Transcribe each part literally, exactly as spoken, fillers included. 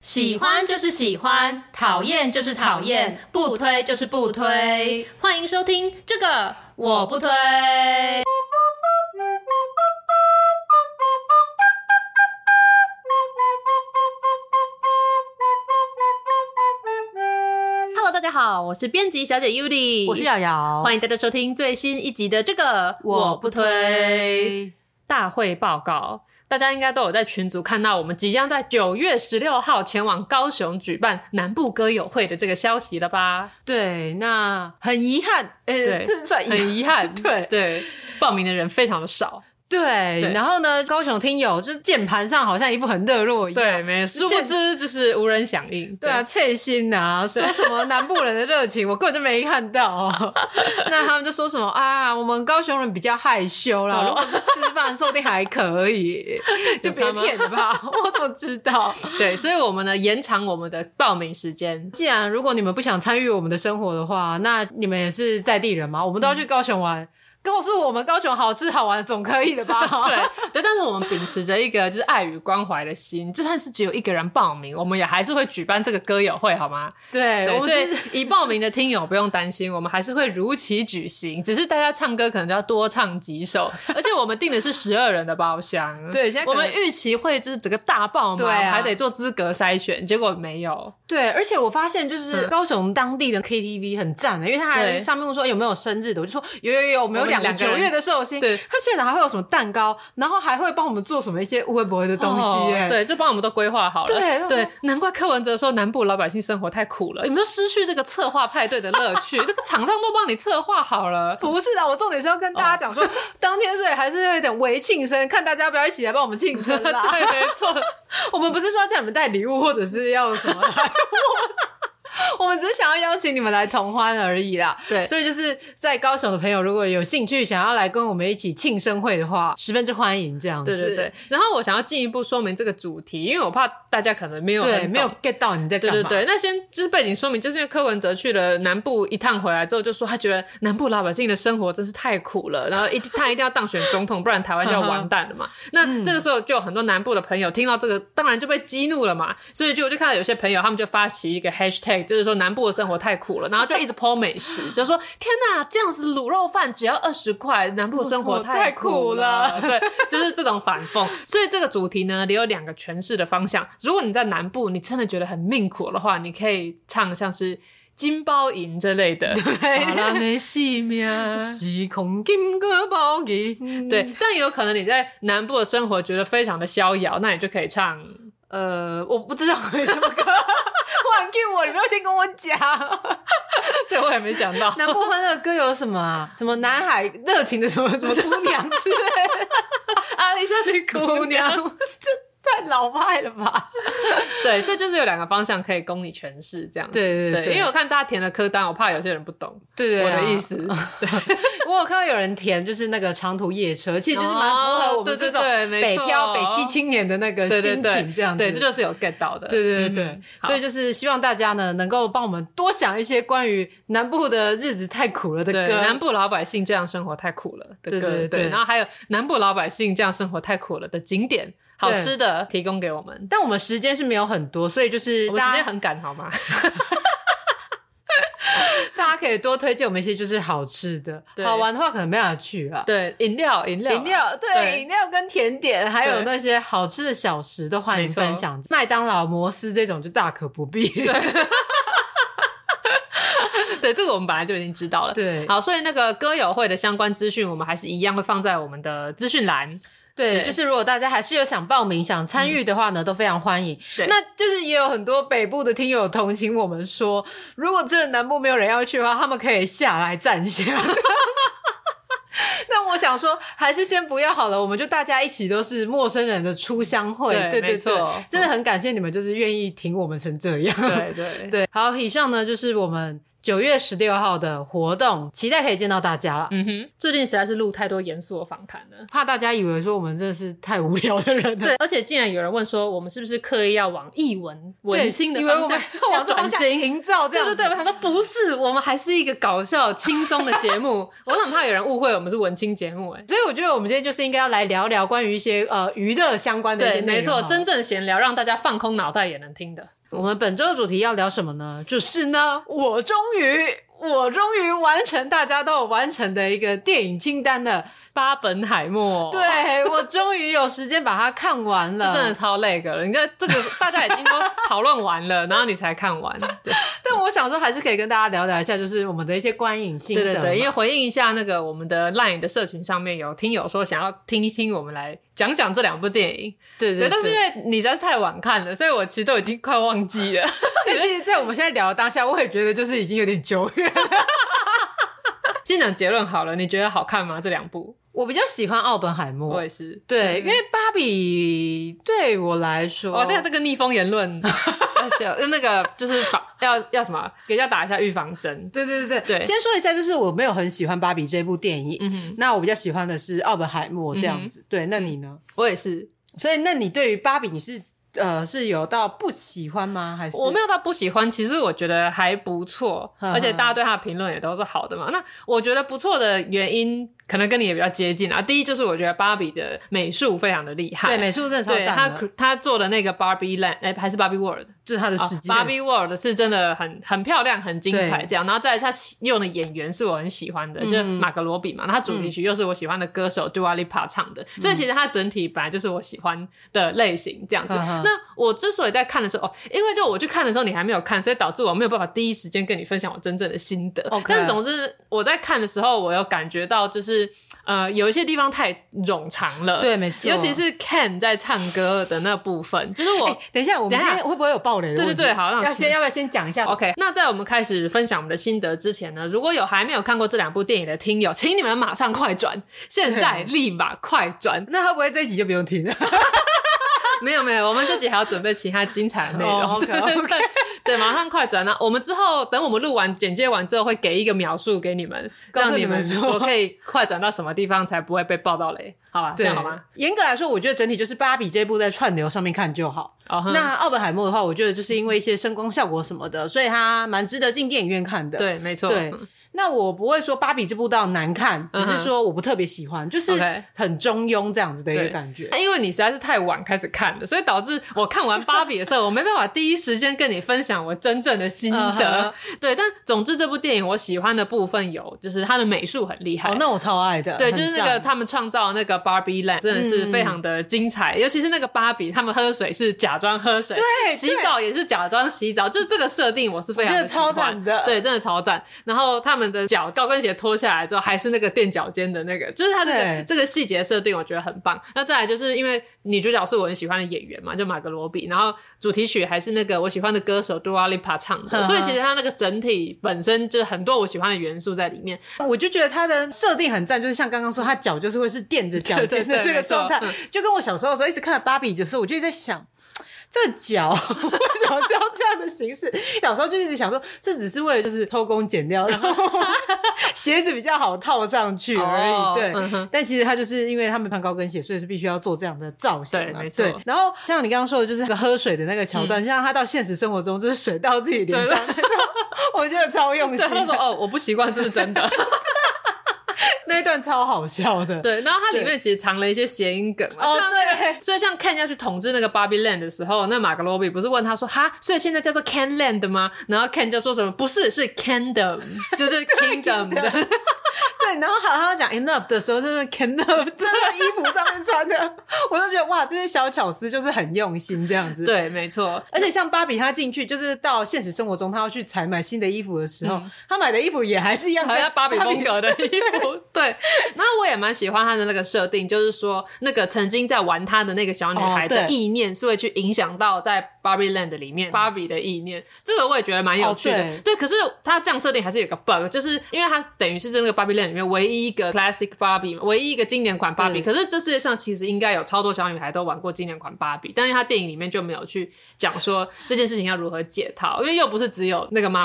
喜欢就是喜欢，讨厌就是讨厌，不推就是不推。欢迎收听这个我不推。Hello， 大家好，我是编辑小姐 Yuli， 我是瑶瑶， 欢迎大家收听最新一集的这个我不推大会报告。大家应该都有在群组看到我们即将在九月十六号前往高雄举办南部歌友会的这个消息了吧？ 对，那很遗憾，呃， 对， 这算很遗憾， 对对，报名的人非常的少。 对， 对然后呢，高雄听友就是键盘上好像一副很热络一样， 对，没殊不知就是无人响应。 对啊，脆心啊，说什么南部人的热情，我根本就没看到、哦。那他们就说什么啊，我们高雄人比较害羞啦，哦、如果是吃饭，说不定还可以，就别骗了吧，我怎么知道？ 对，所以我们呢延长我们的报名时间。 既然如果你们不想参与我们的生活的话，那你们也是在地人嘛，我们都要去高雄玩。嗯，告诉我们高雄好吃好玩总可以的吧？ 对对，但是我们秉持着一个就是爱与关怀的心，就算是只有一个人报名，我们也还是会举办这个歌友会，好吗？ 对， 对，所以已报名的听友不用担心，我们还是会如期举行，只是大家唱歌可能就要多唱几首，而且我们订的是十二人的包厢。 对，现在我们预期会就是整个大爆满， 啊、 还得做资格筛选，结果没有。 对，而且我发现就是高雄当地的 K T V 很赞的，因为他还上面说有没有生日的，我就说有有有，我们有两个九月的寿星， 对， 他现场还会有什么蛋糕，然后还会帮我们做什么一些微博的东西耶、 哦，对，就帮我们都规划好了。 对对，难怪柯文哲说南部老百姓生活太苦了，有没有失去这个策划派对的乐趣？这个厂商都帮你策划好了。 不是的，我重点是要跟大家讲说，哦、当天所以还是有点微庆生，看大家要不要一起来帮我们庆生啦。 对，没错， 我们不是说要叫你们带礼物或者是要什么来。我们只是想要邀请你们来同欢而已啦。 对， 所以就是在高雄的朋友如果有兴趣想要来跟我们一起庆生会的话，十分之欢迎这样子。 对对对。然后我想要进一步说明这个主题，因为我怕大家可能没有很对没有 get 到你在干嘛。 对对对，那先就是背景说明，就是因为柯文哲去了南部一趟回来之后，就说他觉得南部老百姓的生活真是太苦了，然后一他一定要当选总统，不然台湾就要完蛋了嘛。那这个时候就有很多南部的朋友听到这个，当然就被激怒了嘛。所以就我就看到有些朋友他们就发起一个 hashtag， 就是说南部的生活太苦了，然后就一直 po 美食，就说天哪，这样子卤肉饭只要二十块，南部生活太苦了。对，就是这种反讽。所以这个主题呢，也有两个诠释的方向。如果你在南部，你真的觉得很命苦的话，你可以唱像是金包银这类的， 对， 巴拉内西命时空金个包银。 对，但有可能你在南部的生活觉得非常的逍遥，那你就可以唱。 呃，我不知道有什么歌，忽然 cue 我，你不要先跟我讲。 对，我也没想到。 南部欢乐歌有什么啊？什么南海热情的什么什么姑娘之类的， 阿里山的姑娘， 这太老派了吧？ 对，所以就是有两个方向可以供你诠释这样子。 对对对, 对，因为我看大家填了歌单，我怕有些人不懂。 对对、啊， 我的意思。 我有看到有人填就是那个长途夜车，其实就是蛮符合我们这种北漂、北七青年的那个心情，这样子。 对，这就是有 get 到的。 对对对对、嗯，所以就是希望大家呢能够帮我们多想一些关于南部的日子太苦了的歌， 南部老百姓这样生活太苦了的歌，对对 对, 对。然后还有南部老百姓这样生活太苦了的景点。好吃的提供给我们， 但我们时间是没有很多，所以就是我们时间很赶，好吗？ 大家可以多推荐我们一些就是好吃的，好玩的话可能没办法去啊。 对，饮料、饮料、 饮料，对，饮料跟甜点，还有那些好吃的小食都欢迎分享。麦当劳、摩斯这种就大可不必。对。 对，这个我们本来就已经知道了。 对， 好，所以那个歌友会的相关资讯，我们还是一样会放在我们的资讯栏。 对，对，就是如果大家还是有想报名、想参与的话呢、嗯，都非常欢迎。那就是也有很多北部的听友同情我们说，如果真的南部没有人要去的话，他们可以下来站下。那我想说，还是先不要好了，我们就大家一起都是陌生人的初相会。 对对对对，真的很感谢你们，就是愿意挺我们成这样。 对对对。好，以上呢就是我们九月十六号的活动，期待可以见到大家了。 嗯哼，最近实在是录太多严肃的访谈了， 怕大家以为说我们真的是太无聊的人了。 对，而且竟然有人问说我们是不是刻意要往艺文文青的方向要转型营造这样子。 对对对，我想说不是，我们还是一个搞笑轻松的节目。我很怕有人误会我们是文青节目、欸、 所以我觉得我们今天就是应该要来聊聊关于一些呃娱乐相关的一些内容。 对，没错，真正闲聊让大家放空脑袋也能听的。 我们本周的主题要聊什么呢？就是呢，我终于我终于完成大家都有完成的一个电影清单的巴本海默。 对，我终于有时间把它看完了。 这真的超累个了，你看这个大家已经都讨论完了，然后你才看完。对， 但我想说还是可以跟大家聊聊一下，就是我们的一些观影心得。 对对对，因为回应一下那个我们的 LINE 的社群上面有听友说想要听一听我们来讲讲这两部电影。 对 对, 对, 对， 但是因为你实在是太晚看了，所以我其实都已经快忘记了。 但其实在我们现在聊的当下，我也觉得就是已经有点久远了。 先讲结论好了，你觉得好看吗？这两部我比较喜欢奥本海默。 我也是。 对，因为芭比对我来说， 我现在这个逆风言论要那个就是要要什么给大家打一下预防针。 对对对对，先说一下，就是我没有很喜欢芭比这部电影、嗯、那我比较喜欢的是奥本海默这样子、嗯、对，那你呢？ 我也是。 所以那你对于芭比你是呃，是有到不喜欢吗？还是我没有到不喜欢，其实我觉得还不错，而且大家对他的评论也都是好的嘛。那我觉得不错的原因可能跟你也比较接近啊。第一就是我觉得芭比的美术非常的厉害， 对，美术真的超赞的。 他他做的那个 Barbie Land 哎、欸，还是 Barbie World， 就是他的世界、 哦、Barbie World 是真的很很漂亮很精彩这样。然后再来他用的演员是我很喜欢的、嗯、就是马格罗比嘛，他主题曲又是我喜欢的歌手 Dua Lipa 唱的、嗯、所以其实他整体本来就是我喜欢的类型这样子、嗯、那我之所以在看的时候哦，因为就我去看的时候你还没有看，所以导致我没有办法第一时间跟你分享我真正的心得、okay. 但总之我在看的时候我有感觉到就是呃，有一些地方太冗长了， 对，没错， 尤其是 Ken 在唱歌的那部分，就是我、欸、 等一下，我们今天会不会有爆雷的问题？ 对对对，好，那要先要不要先讲一下 ？OK， 那在我们开始分享我们的心得之前呢，如果有还没有看过这两部电影的听友，请你们马上快转，现在立马快转。 那会不会这一集就不用听了？ 没有没有，我们这集还要准备其他精彩的内容。 Oh, okay, okay. 对, 对，马上快转。那我们之后等我们录完简介完之后，会给一个描述给你们，让你们说可以快转到什么地方才不会被爆到雷，好吧？这样好吗？ 严格来说，我觉得整体就是芭比这部在串流上面看就好。Oh, 那奥本海默的话，我觉得就是因为一些声光效果什么的，所以它蛮值得进电影院看的。 对，没错。 对。嗯，那我不会说芭比这部到难看，只是说我不特别喜欢、uh-huh. 就是很中庸这样子的一个感觉。 因为你实在是太晚开始看了，所以导致我看完芭比的时候我没办法第一时间跟你分享我真正的心得、uh-huh. 对，但总之这部电影我喜欢的部分有就是它的美术很厉害哦， 那我超爱的。 对，就是那个他们创造的那个 Barbie Land 真的是非常的精彩、嗯、尤其是那个芭比他们喝水是假装喝水， 对， 洗澡也是假装洗澡，就是这个设定我是非常的喜欢， 我觉得超赞的。 对，真的超赞。然后他们的脚高跟鞋脱下来之后还是那个垫脚尖的那个，就是他这个这个细节设定我觉得很棒。那再来就是因为女主角是我很喜欢的演员嘛，就马格罗比，然后主题曲还是那个我喜欢的歌手 Dua Lipa 唱的，呵呵，所以其实他那个整体本身就是很多我喜欢的元素在里面。 我就觉得他的设定很赞，就是像刚刚说他脚就是会是垫着脚尖的这个状态、嗯、就跟我小时候的时候一直看芭比的时候我就一直在想这个脚为什么是要这样的形式，小时候就一直想说这只是为了就是偷工减料，然后鞋子比较好套上去而已、哦、对、嗯、但其实他就是因为他们穿高跟鞋所以是必须要做这样的造型嘛。 对，没错。对， 然后像你刚刚说的就是那个喝水的那个桥段、嗯、像他到现实生活中就是水到自己脸上我觉得超用心。 他说哦我不习惯，这是真的那一段超好笑的。 对，然后它里面其实藏了一些谐音梗哦，对。 所以像 Ken 要去统治那个 Barbie Land 的时候，那马格罗比不是问他说哈，所以现在叫做 Ken Land 吗？然后 Ken 就说什么不是，是 Kingdom 就是 Kingdom 的对，然后还他讲 enough 的时候就是 Kingdom 在衣服上面穿的我就觉得哇这些小巧思就是很用心这样子。 对，没错。 而且像芭比她进去就是到现实生活中她要去采买新的衣服的时候、嗯、她买的衣服也还是一样， 好像芭比风格的衣服对。然后我也蛮喜欢她的那个设定，就是说那个曾经在玩她的那个小女孩的意念是会去影响到在 Barbie Land 里面芭比的意念，这个我也觉得蛮有趣的、哦、对, 对。可是她这样设定还是有个 bug， 就是因为她等于是在那个 Barbie Land 里面唯一一个 classic Barbie， 唯一一个经典款芭比，可是这世界上其实应该有超多小女孩都玩过经典款芭比，但是她电影里面就没有去讲说这件事情要如何解套，因为又不是只有那个妈妈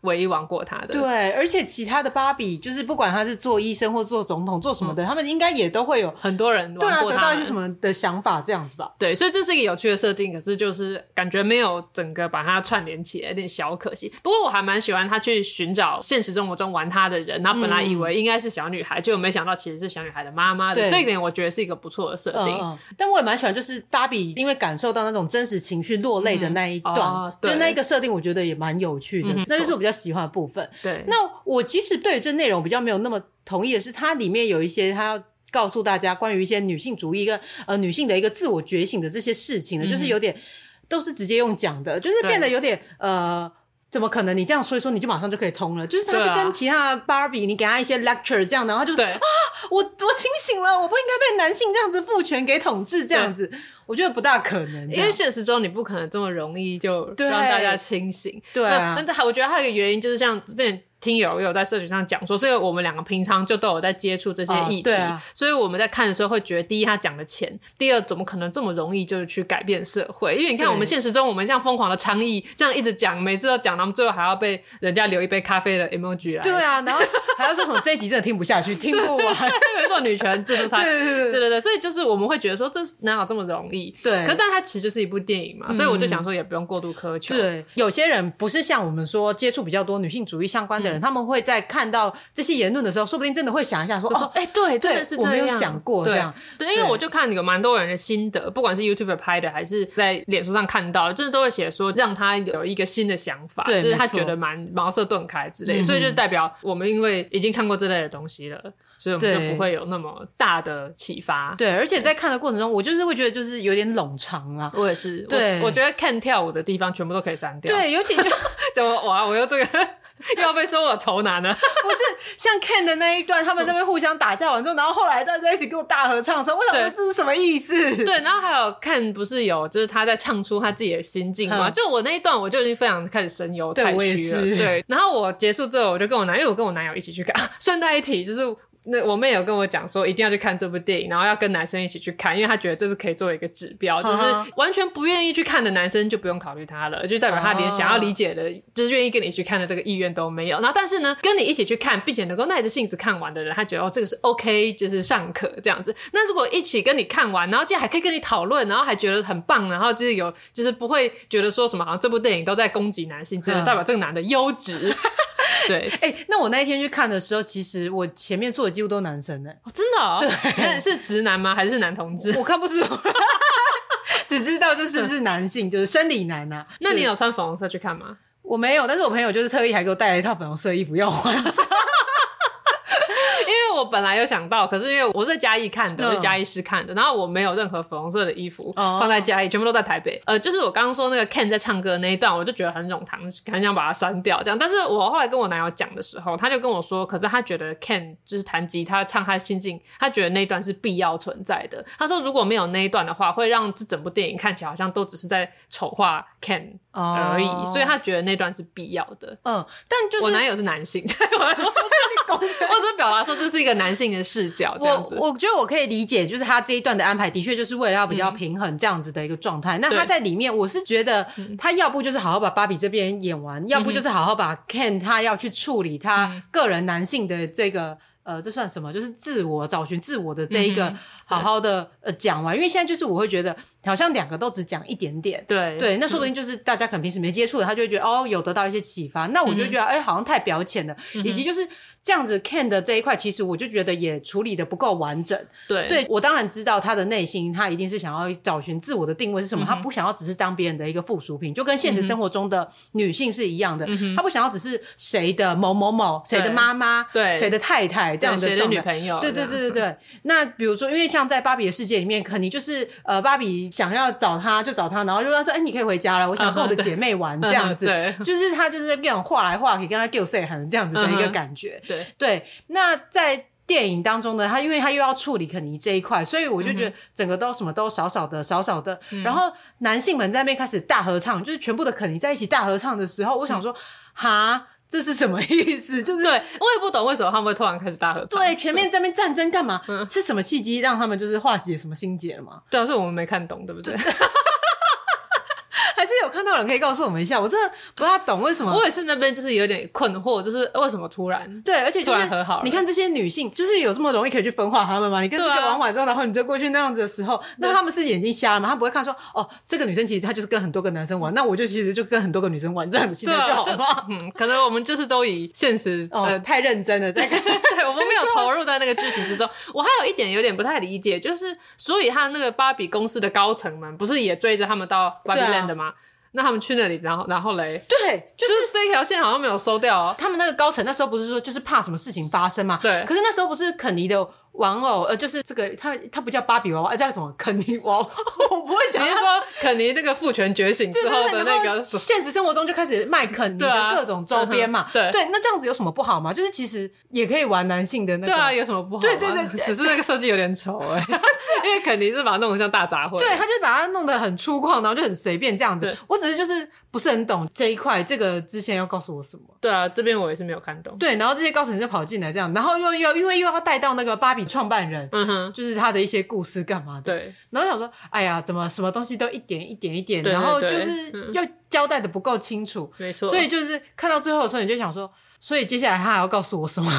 唯一玩过他的。 对，而且其他的芭比就是不管他是做医生或做总统做什么的、嗯、他们应该也都会有很多人玩过他， 对啊，得到一些什么的想法这样子吧。 对，所以这是一个有趣的设定，可是就是感觉没有整个把它串联起来，有点小可惜。不过我还蛮喜欢他去寻找现实生活中玩他的人，然后本来以为应该是小女孩、嗯、结果没想到其实是小女孩的妈妈的，这一点我觉得是一个不错的设定、嗯嗯、 但我也蛮喜欢就是芭比因为感受到那种真实情绪落泪的那一段、嗯哦、就那一个设定我觉得也蛮有趣的、嗯、那就是我比较喜欢的部分。 对， 那我其实对于这内容比较没有那么同意的是它里面有一些它要告诉大家关于一些女性主义跟呃女性的一个自我觉醒的这些事情呢、嗯、就是有点都是直接用讲的，就是变得有点呃怎么可能你这样说一说你就马上就可以通了，就是他就跟其他的 Barbie 你给他一些 lecture 这样的，然后他就对啊我我清醒了，我不应该被男性这样子父权给统治这样子，我觉得不大可能， 因为现实中你不可能这么容易就让大家清醒。 对啊， 但我觉得还有一个原因就是像之前听友有在社群上讲说，所以我们两个平常就都有在接触这些议题、哦啊、所以我们在看的时候会觉得第一他讲的浅，第二怎么可能这么容易就是去改变社会，因为你看我们现实中我们这样疯狂的倡议这样一直讲每次都讲，然后最后还要被人家留一杯咖啡的 emoji 来，对啊，然后还要说什么这一集真的听不下去听不完没错，女权制度差，对对对对，所以就是我们会觉得说这哪有这么容易， 对， 可是但它其实就是一部电影嘛、嗯、所以我就想说也不用过度苛求。 对，有些人不是像我们说接触比较多女性主义相关的人、嗯、他们会在看到这些言论的时候说不定真的会想一下说哦， 哎、欸，对，真的是这样， 我没有想过这样。 对, 对，因为我就看有蛮多人的心得，不管是 YouTube 拍的还是在脸书上看到的，就是都会写说让他有一个新的想法， 对， 就是他觉得蛮茅塞顿开之类、嗯、所以就代表我们因为已经看过这类的东西了，所以我们就不会有那么大的启发。 对，而且在看的过程中我就是会觉得就是有点冗长啊。 我也是，对，我, 我觉得看跳舞的地方全部都可以删掉。 对，尤其就怎么哇我又这个又要被说我仇男了。 不是像 Ken 的那一段他们在那边互相打架完之后、嗯、然后后来大家一起给我大合唱的时候，我想说这是什么意思。 对，然后还有 Ken 不是有就是他在唱出他自己的心境吗、嗯、就我那一段我就已经非常开始声优太虚了。对，我也是。对，然后我结束之后我就跟我男因为我跟我男友一起去看，顺带一提就是那我妹有跟我讲说一定要去看这部电影，然后要跟男生一起去看，因为她觉得这是可以作为一个指标、uh-huh. 就是完全不愿意去看的男生就不用考虑他了，就代表他连想要理解的、uh-huh. 就是愿意跟你一起去看的这个意愿都没有。然后但是呢跟你一起去看并且能够耐着性子看完的人，他觉得哦这个是 OK 就是尚可这样子。那如果一起跟你看完然后竟然还可以跟你讨论，然后还觉得很棒，然后就是有就是不会觉得说什么好像这部电影都在攻击男性，真的代表这个男的优质。对， 哎、欸，那我那一天去看的时候，其实我前面坐的几乎都男生呢、欸哦。真的哦？ 对， 那是直男吗？还是男同志？ 我看不出来，只知道就是是男性，就是生理男啊。 那你有穿粉红色去看吗？ 我没有，但是我朋友就是特意还给我带了一套粉红色的衣服要换上。 因为我本来有想到，可是因为我是在嘉义看的，我是嘉义市看的，然后我没有任何粉红色的衣服放在嘉义，全部都在台北。呃，就是我刚刚说那个 Ken 在唱歌的那一段，我就觉得很冗长，很想把它删掉这样。但是我后来跟我男友讲的时候，他就跟我说，可是他觉得 Ken 就是弹吉他唱他心境，他觉得那一段是必要存在的。他说如果没有那一段的话，会让这整部电影看起来好像都只是在丑化 Ken 而已， oh. 所以他觉得那段是必要的。 嗯，但就是我男友是男性，我只是表达说这是一个男性的视角这样子。 我我觉得我可以理解，就是他这一段的安排的确就是为了要比较平衡这样子的一个状态、嗯、那他在里面我是觉得他要不就是好好把芭比这边演完、嗯、要不就是好好把 Ken 他要去处理他个人男性的这个呃，这算什么？就是自我找寻自我的这一个好好的、嗯、呃讲完，因为现在就是我会觉得好像两个都只讲一点点， 对对，那说不定就是大家可能平时没接触的，他就会觉得哦有得到一些启发，那我就觉得哎、嗯欸、好像太表浅了、嗯，以及就是这样子 Ken 的这一块，其实我就觉得也处理的不够完整。 对， 对我当然知道他的内心，他一定是想要找寻自我的定位是什么、嗯，他不想要只是当别人的一个附属品，就跟现实生活中的女性是一样的，嗯、他不想要只是谁的某某某，谁的妈妈，对，谁的太太这样的。 谁的女朋友？ 对对对对对。那比如说，因为像在芭比的世界里面，肯定就是呃，芭比想要找他就找他，然后就说：“哎、欸，你可以回家了，我想要跟我的姐妹玩、uh-huh, 这样子。Uh-huh, 对，就是他就是那种画来画去，跟他 give say 很这样子的一个感觉。Uh-huh, 对对。那在电影当中呢，他因为他又要处理肯尼这一块，所以我就觉得整个都什么都少少的少少的、嗯、然后男性们在那边开始大合唱，就是全部的肯尼在一起大合唱的时候，我想说哈、嗯，这是什么意思？就是对，我也不懂为什么他们会突然开始大合唱。 对，全面在那边战争干嘛、嗯、是什么契机让他们就是化解什么心结了吗？ 对啊，所以我们没看懂，对不对？ 还还是有看到人可以告诉我们一下，我真的不太懂为什么。 我也是那边就是有点困惑，就是为什么突然对，而且、就是、 突然和好了。 你看这些女性，就是有这么容易可以去分化他们吗？你跟这个玩完之后，然后你再过去那样子的时候，那他们是眼睛瞎了吗？他不会看说哦，这个女生其实她就是跟很多个男生玩，那我就其实就跟很多个女生玩这样子，其实就好了吗？ 嗯，可能我们就是都以现实哦、呃、太认真了，在看对，我们没有投入在那个剧情之中。我还有一点有点不太理解，就是所以他那个芭比公司的高层们不是也追着他们到芭比 land 吗？那他们去那里，然后然后嘞， 对，就是、 就是这条线好像没有收掉哦。 他们那个高层那时候不是说就是怕什么事情发生吗？ 对。 可是那时候不是肯尼的玩偶，呃，就是这个，他他不叫芭比娃娃，叫什么肯尼娃娃？我不会讲。 你是说肯尼那个父权觉醒之后的那个？ 现实生活中就开始卖肯尼的各种周边嘛？ 对、啊嗯、 对, 对，那这样子有什么不好吗？就是其实也可以玩男性的那个。 对啊，有什么不好？ 对对对， 只是那个设计有点丑哎、欸，因为肯尼是把它弄得像大杂烩。 对，他就是把它弄得很粗犷，然后就很随便这样子。我只是就是不是很懂这一块，这个之前要告诉我什么？ 对啊，这边我也是没有看懂。 对，然后这些高层就跑进来这样，然后又又因为又要带到那个芭比创办人。嗯哼，就是他的一些故事干嘛的？ 对， 然后想说，哎呀，怎么什么东西都一点一点一点， 对对对， 然后就是要交代的不够清楚， 没错。 所以就是看到最后的时候，你就想说，所以接下来他还要告诉我什么？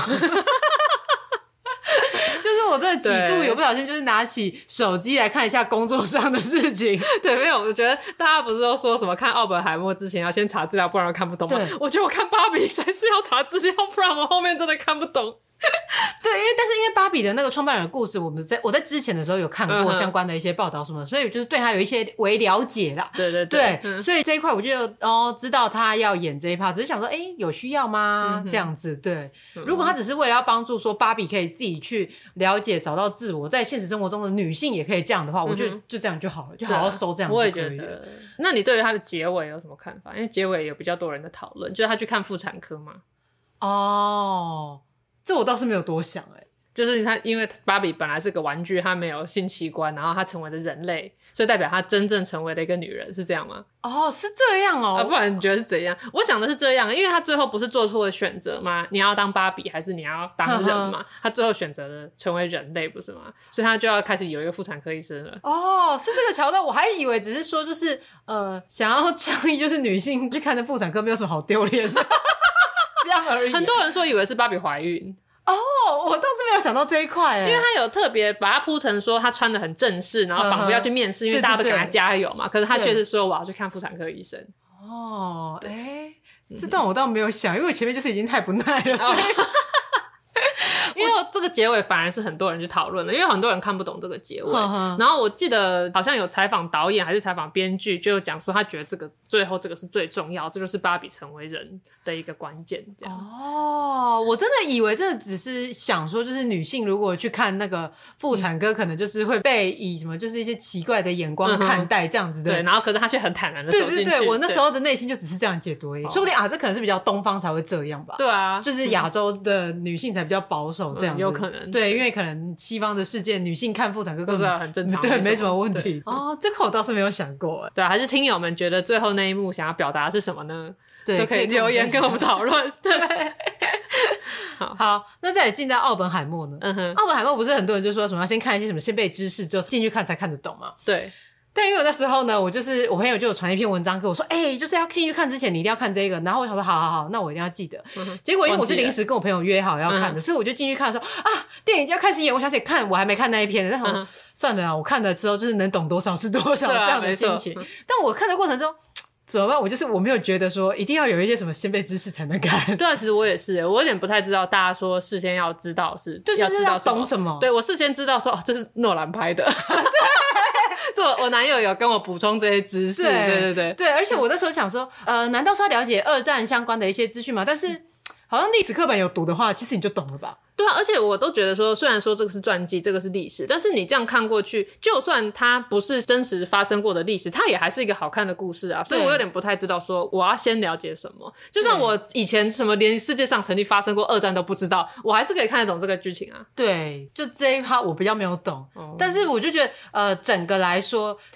就是我真的几度有不小心就是拿起手机来看一下工作上的事情。 对，没有，我觉得大家不是都说什么看奥本海默之前要先查资料，不然我看不懂吗？我觉得我看芭比才是要查资料，不然我后面真的看不懂。 对，因为但是因为芭比的那个创办人的故事，我们在我在之前的时候有看过相关的一些报道什么的、嗯、所以就是对他有一些微了解啦。 对对 对, 对、嗯、所以这一块我就哦知道他要演这一 part， 只是想说诶有需要吗、嗯、这样子。对、嗯、如果他只是为了要帮助说芭比可以自己去了解找到自我，在现实生活中的女性也可以这样的话、嗯、我觉得就这样就好了，就好好收这样子。 我也觉得。那你对于他的结尾有什么看法？因为结尾有比较多人的讨论，就是他去看妇产科嘛。 哦，这我倒是没有多想诶、欸、 就是他因为芭比本来是个玩具，他没有性器官，然后他成为了人类，所以代表他真正成为了一个女人，是这样吗？ 哦，是这样哦、 啊、不然你觉得是怎样？我想的是这样，因为他最后不是做出了选择吗？你要当芭比还是你要当人嘛？他最后选择了成为人类，不是吗？所以他就要开始有一个妇产科医生了。 哦，是这个桥段，我还以为只是说就是呃想要倡议，就是女性去看的妇产科没有什么好丢脸的这样而已。 很多人说以为是芭比怀孕。 哦，我倒是没有想到这一块耶， 因为他有特别把它铺成说他穿得很正式，然后仿佛要去面试、嗯、因为大家都给他加油嘛，对对对，可是他却是说我要去看妇产科医生。 哦，诶，这段我倒没有想，因为我前面就是已经太不耐了，所以因为这个结尾反而是很多人去讨论了，因为很多人看不懂这个结尾。然后我记得好像有采访导演还是采访编剧，就讲说他觉得这个最后这个是最重要，这就是芭比成为人的一个关键。这样哦，我真的以为这只是想说，就是女性如果去看那个妇产科，嗯、可能就是会被以什么就是一些奇怪的眼光看待这样子的。嗯、 对，然后可是他却很坦然的走进去。 对对对，我那时候的内心就只是这样解读而已，说不定啊，这可能是比较东方才会这样吧。 对啊， 就是亚洲的女性才比较保守。这样子、嗯、 有可能， 对，因为可能西方的世界女性看妇产科根本很正常， 对，没什么问题。哦，这个我倒是没有想过。 对啊，还是听友们觉得最后那一幕想要表达的是什么呢？ 对， 都可以留言跟我们讨论。对， 好，好，那再来进到奥本海默呢？嗯哼，奥本海默不是很多人就说什么要先看一些什么先辈知识，之后进去看才看得懂吗？ 对。 但因为我那时候呢，我就是我朋友就有传一篇文章给我说，哎、欸，就是要进去看之前你一定要看这个，然后我想说好好好，那我一定要记得。嗯、结果因为我是临时跟我朋友约好要看的，所以我就进去看说啊，电影就要开始演，我想起看我还没看那一篇，但想说、嗯、算了啊，我看了之后就是能懂多少是多少、啊、这样的心情。但我看的过程中。怎么办？我就是我没有觉得说一定要有一些什么先辈知识才能看。 对啊，其实我也是，我有点不太知道大家说事先要知道是， 对， 要知道什么，懂什么。 对，我事先知道说哦，这是诺兰拍的。对，这我我男友有跟我补充这些知识。对对对对对，而且我那时候想说，呃，难道是要了解二战相关的一些资讯吗？但是、嗯、好像历史课本有读的话，其实你就懂了吧。 对啊，而且我都觉得说，虽然说这个是传记，这个是历史，但是你这样看过去，就算它不是真实发生过的历史，它也还是一个好看的故事啊。所以我有点不太知道说我要先了解什么。就算我以前什么连世界上曾经发生过二战都不知道，我还是可以看得懂这个剧情啊。 对，就这一趴我比较没有懂，哦、但是我就觉得呃，整个来说，它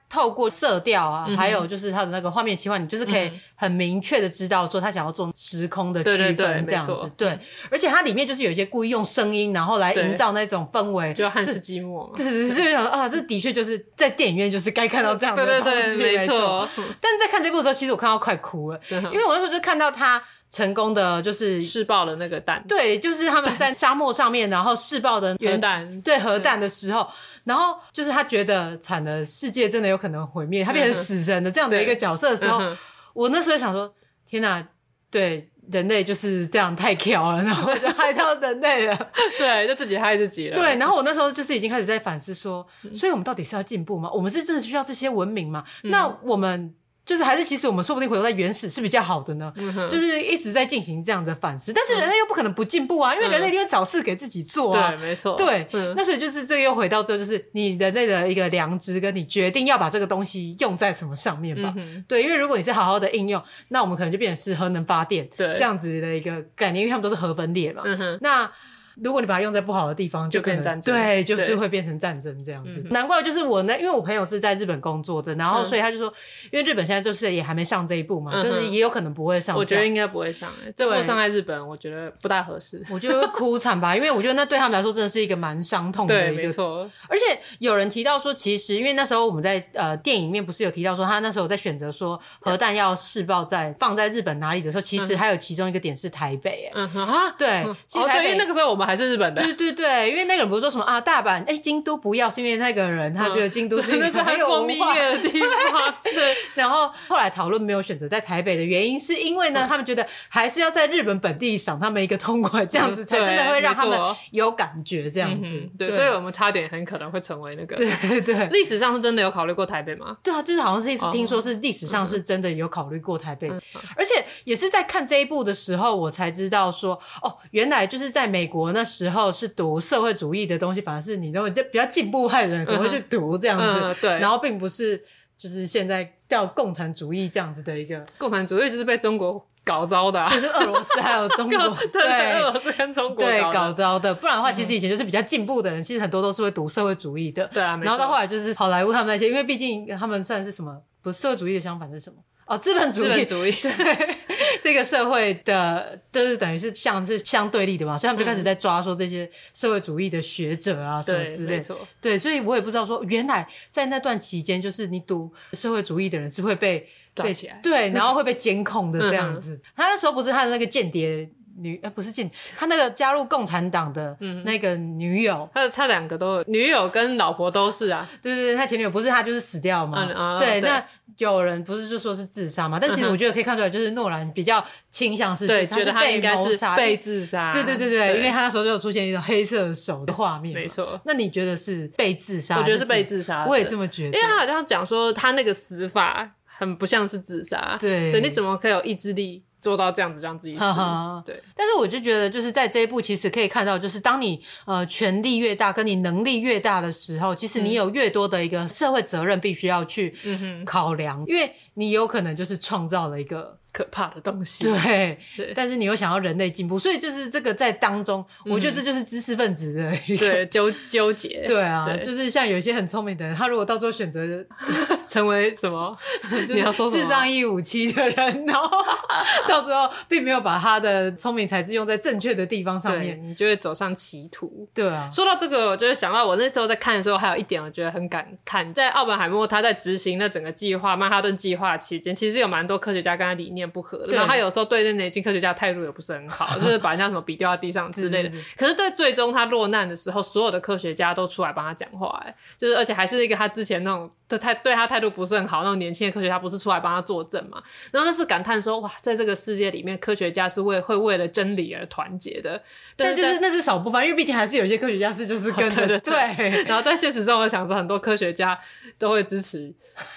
透过色调啊、嗯、还有就是它的那个画面切换，你就是可以很明确的知道说他想要做时空的区分这样子。 对, 对, 对，而且它里面就是有一些故意用声音然后来营造那种氛围， 就汉斯季默嘛。 对对对，所以想说啊，这的确就是在电影院就是该看到这样的东西。对对对，没错。但是在看这部的时候其实我看到快哭了，因为我那时候就看到他成功的就是试爆了那个弹， 对，就是他们在沙漠上面然后试爆的核弹， 对，核弹的时候，然后就是他觉得惨了，世界真的有可能毁灭，他变成死神的这样的一个角色的时候、嗯、我那时候想说天哪，对，人类就是这样太巧了，然后就害到人类了对，就自己害自己了。 对，然后我那时候就是已经开始在反思说、嗯、所以我们到底是要进步吗？我们是真的需要这些文明吗、嗯、那我们就是还是其实我们说不定回头在原始是比较好的呢、嗯、就是一直在进行这样的反思，但是人类又不可能不进步啊、嗯、因为人类一定会找事给自己做啊。 对，没错。 对、嗯、那所以就是这个又回到最后，就是你人类的一个良知跟你决定要把这个东西用在什么上面吧、嗯、对，因为如果你是好好的应用，那我们可能就变成是核能发电这样子的一个概念，因为他们都是核分裂嘛、嗯、那如果你把它用在不好的地方就可能就变战争， 对，就是会变成战争这样子、嗯、难怪就是我呢，因为我朋友是在日本工作的，然后所以他就说、嗯、因为日本现在就是也还没上这一步嘛、嗯、就是也有可能不会上， 我觉得应该不会上、欸、这部上在日本我觉得不大合适， 我觉得会哭惨吧因为我觉得那对他们来说真的是一个蛮伤痛的一个， 对，没错。 而且有人提到说其实因为那时候我们在呃电影里面不是有提到说他那时候在选择说核弹要试爆在放在日本哪里的时候，其实还有其中一个点是台北、欸、嗯哼啊，对、嗯、 其实台北、哦、对，因为那个时候我们还是日本的， 对对对，因为那个人不是说什么啊大阪哎京都不要，是因为那个人他觉得京都是一个很有文化的地方对， 然后后来讨论没有选择在台北的原因是因为呢、嗯、他们觉得还是要在日本本地赏他们一个痛快，这样子才真的会让他们有感觉这样子、嗯、 对, 对，所以我们差点很可能会成为那个， 对对对。历史上是真的有考虑过台北吗？ 对啊，就是好像是一直听说是历史上是真的有考虑过台北、嗯、而且也是在看这一部的时候我才知道说哦，原来就是在美国那时候是读社会主义的东西，反而是你认为比较进步派的人可能会去读这样子、嗯嗯、对，然后并不是就是现在叫共产主义这样子的一个， 共产主义就是被中国搞糟的、啊、 就是俄罗斯还有中国对, 对，俄罗斯跟中国对搞糟的，不然的话其实以前就是比较进步的人、嗯、其实很多都是会读社会主义的， 对啊， 然后到后来就是好莱坞他们那些，因为毕竟他们算是什么，不是社会主义的相反是什么哦，资本主义，资本主义， 对，这个社会的就是等于是像是相对立的嘛，所以他们就开始在抓说这些社会主义的学者啊、嗯、什么之类的，对，所以我也不知道说原来在那段期间，就是你读社会主义的人是会被抓起来， 对，然后会被监控的这样子。嗯、他那时候不是他的那个间谍。女呃不是间他那个加入共产党的那个女友， 嗯、他他两个都女友跟老婆都是啊， 对对对，他前女友不是他就是死掉嘛，嗯啊、对, 对，那有人不是就说是自杀嘛，但其实我觉得可以看出来，就是诺兰比较倾向是对， 他觉得他应该是被自杀， 对对对 对, 对，因为他那时候就有出现一种黑色手的画面， 没错。 那你觉得是被自杀？ 我觉得是被自杀， 我也这么觉得， 因为他好像讲说他那个死法很不像是自杀， 对， 对，你怎么可以有意志力做到这样子让自己死？对， 但是我就觉得就是在这一部其实可以看到，就是当你呃权力越大跟你能力越大的时候，其实你有越多的一个社会责任必须要去考量、嗯、因为你有可能就是创造了一个可怕的东西， 对, 对，但是你又想要人类进步，所以就是这个在当中、嗯、我觉得这就是知识分子的一个对纠纠结， 对啊对，就是像有一些很聪明的人，他如果到最后选择成为什么就是智商一五七的人，然后到最后并没有把他的聪明才智用在正确的地方上面， 你就会走上歧途。 对啊， 说到这个我就会想到我那时候在看的时候还有一点我觉得很感慨，在奥本海默他在执行那整个计划曼哈顿计划期间，其实有蛮多科学家跟他理念不合的，然后他有时候对那年轻科学家态度也不是很好就是把人家什么笔掉在地上之类的可是对最终他落难的时候，所有的科学家都出来帮他讲话、欸、就是而且还是一个他之前那种对他态度不是很好那种年轻的科学家不是出来帮他作证嘛，然后那是感叹说哇，在这个世界里面科学家是为会为了真理而团结的， 但就是那是少部分，因为毕竟还是有些科学家是就是跟着、哦、对, 对, 对, 对然后在现实中我想说很多科学家都会支持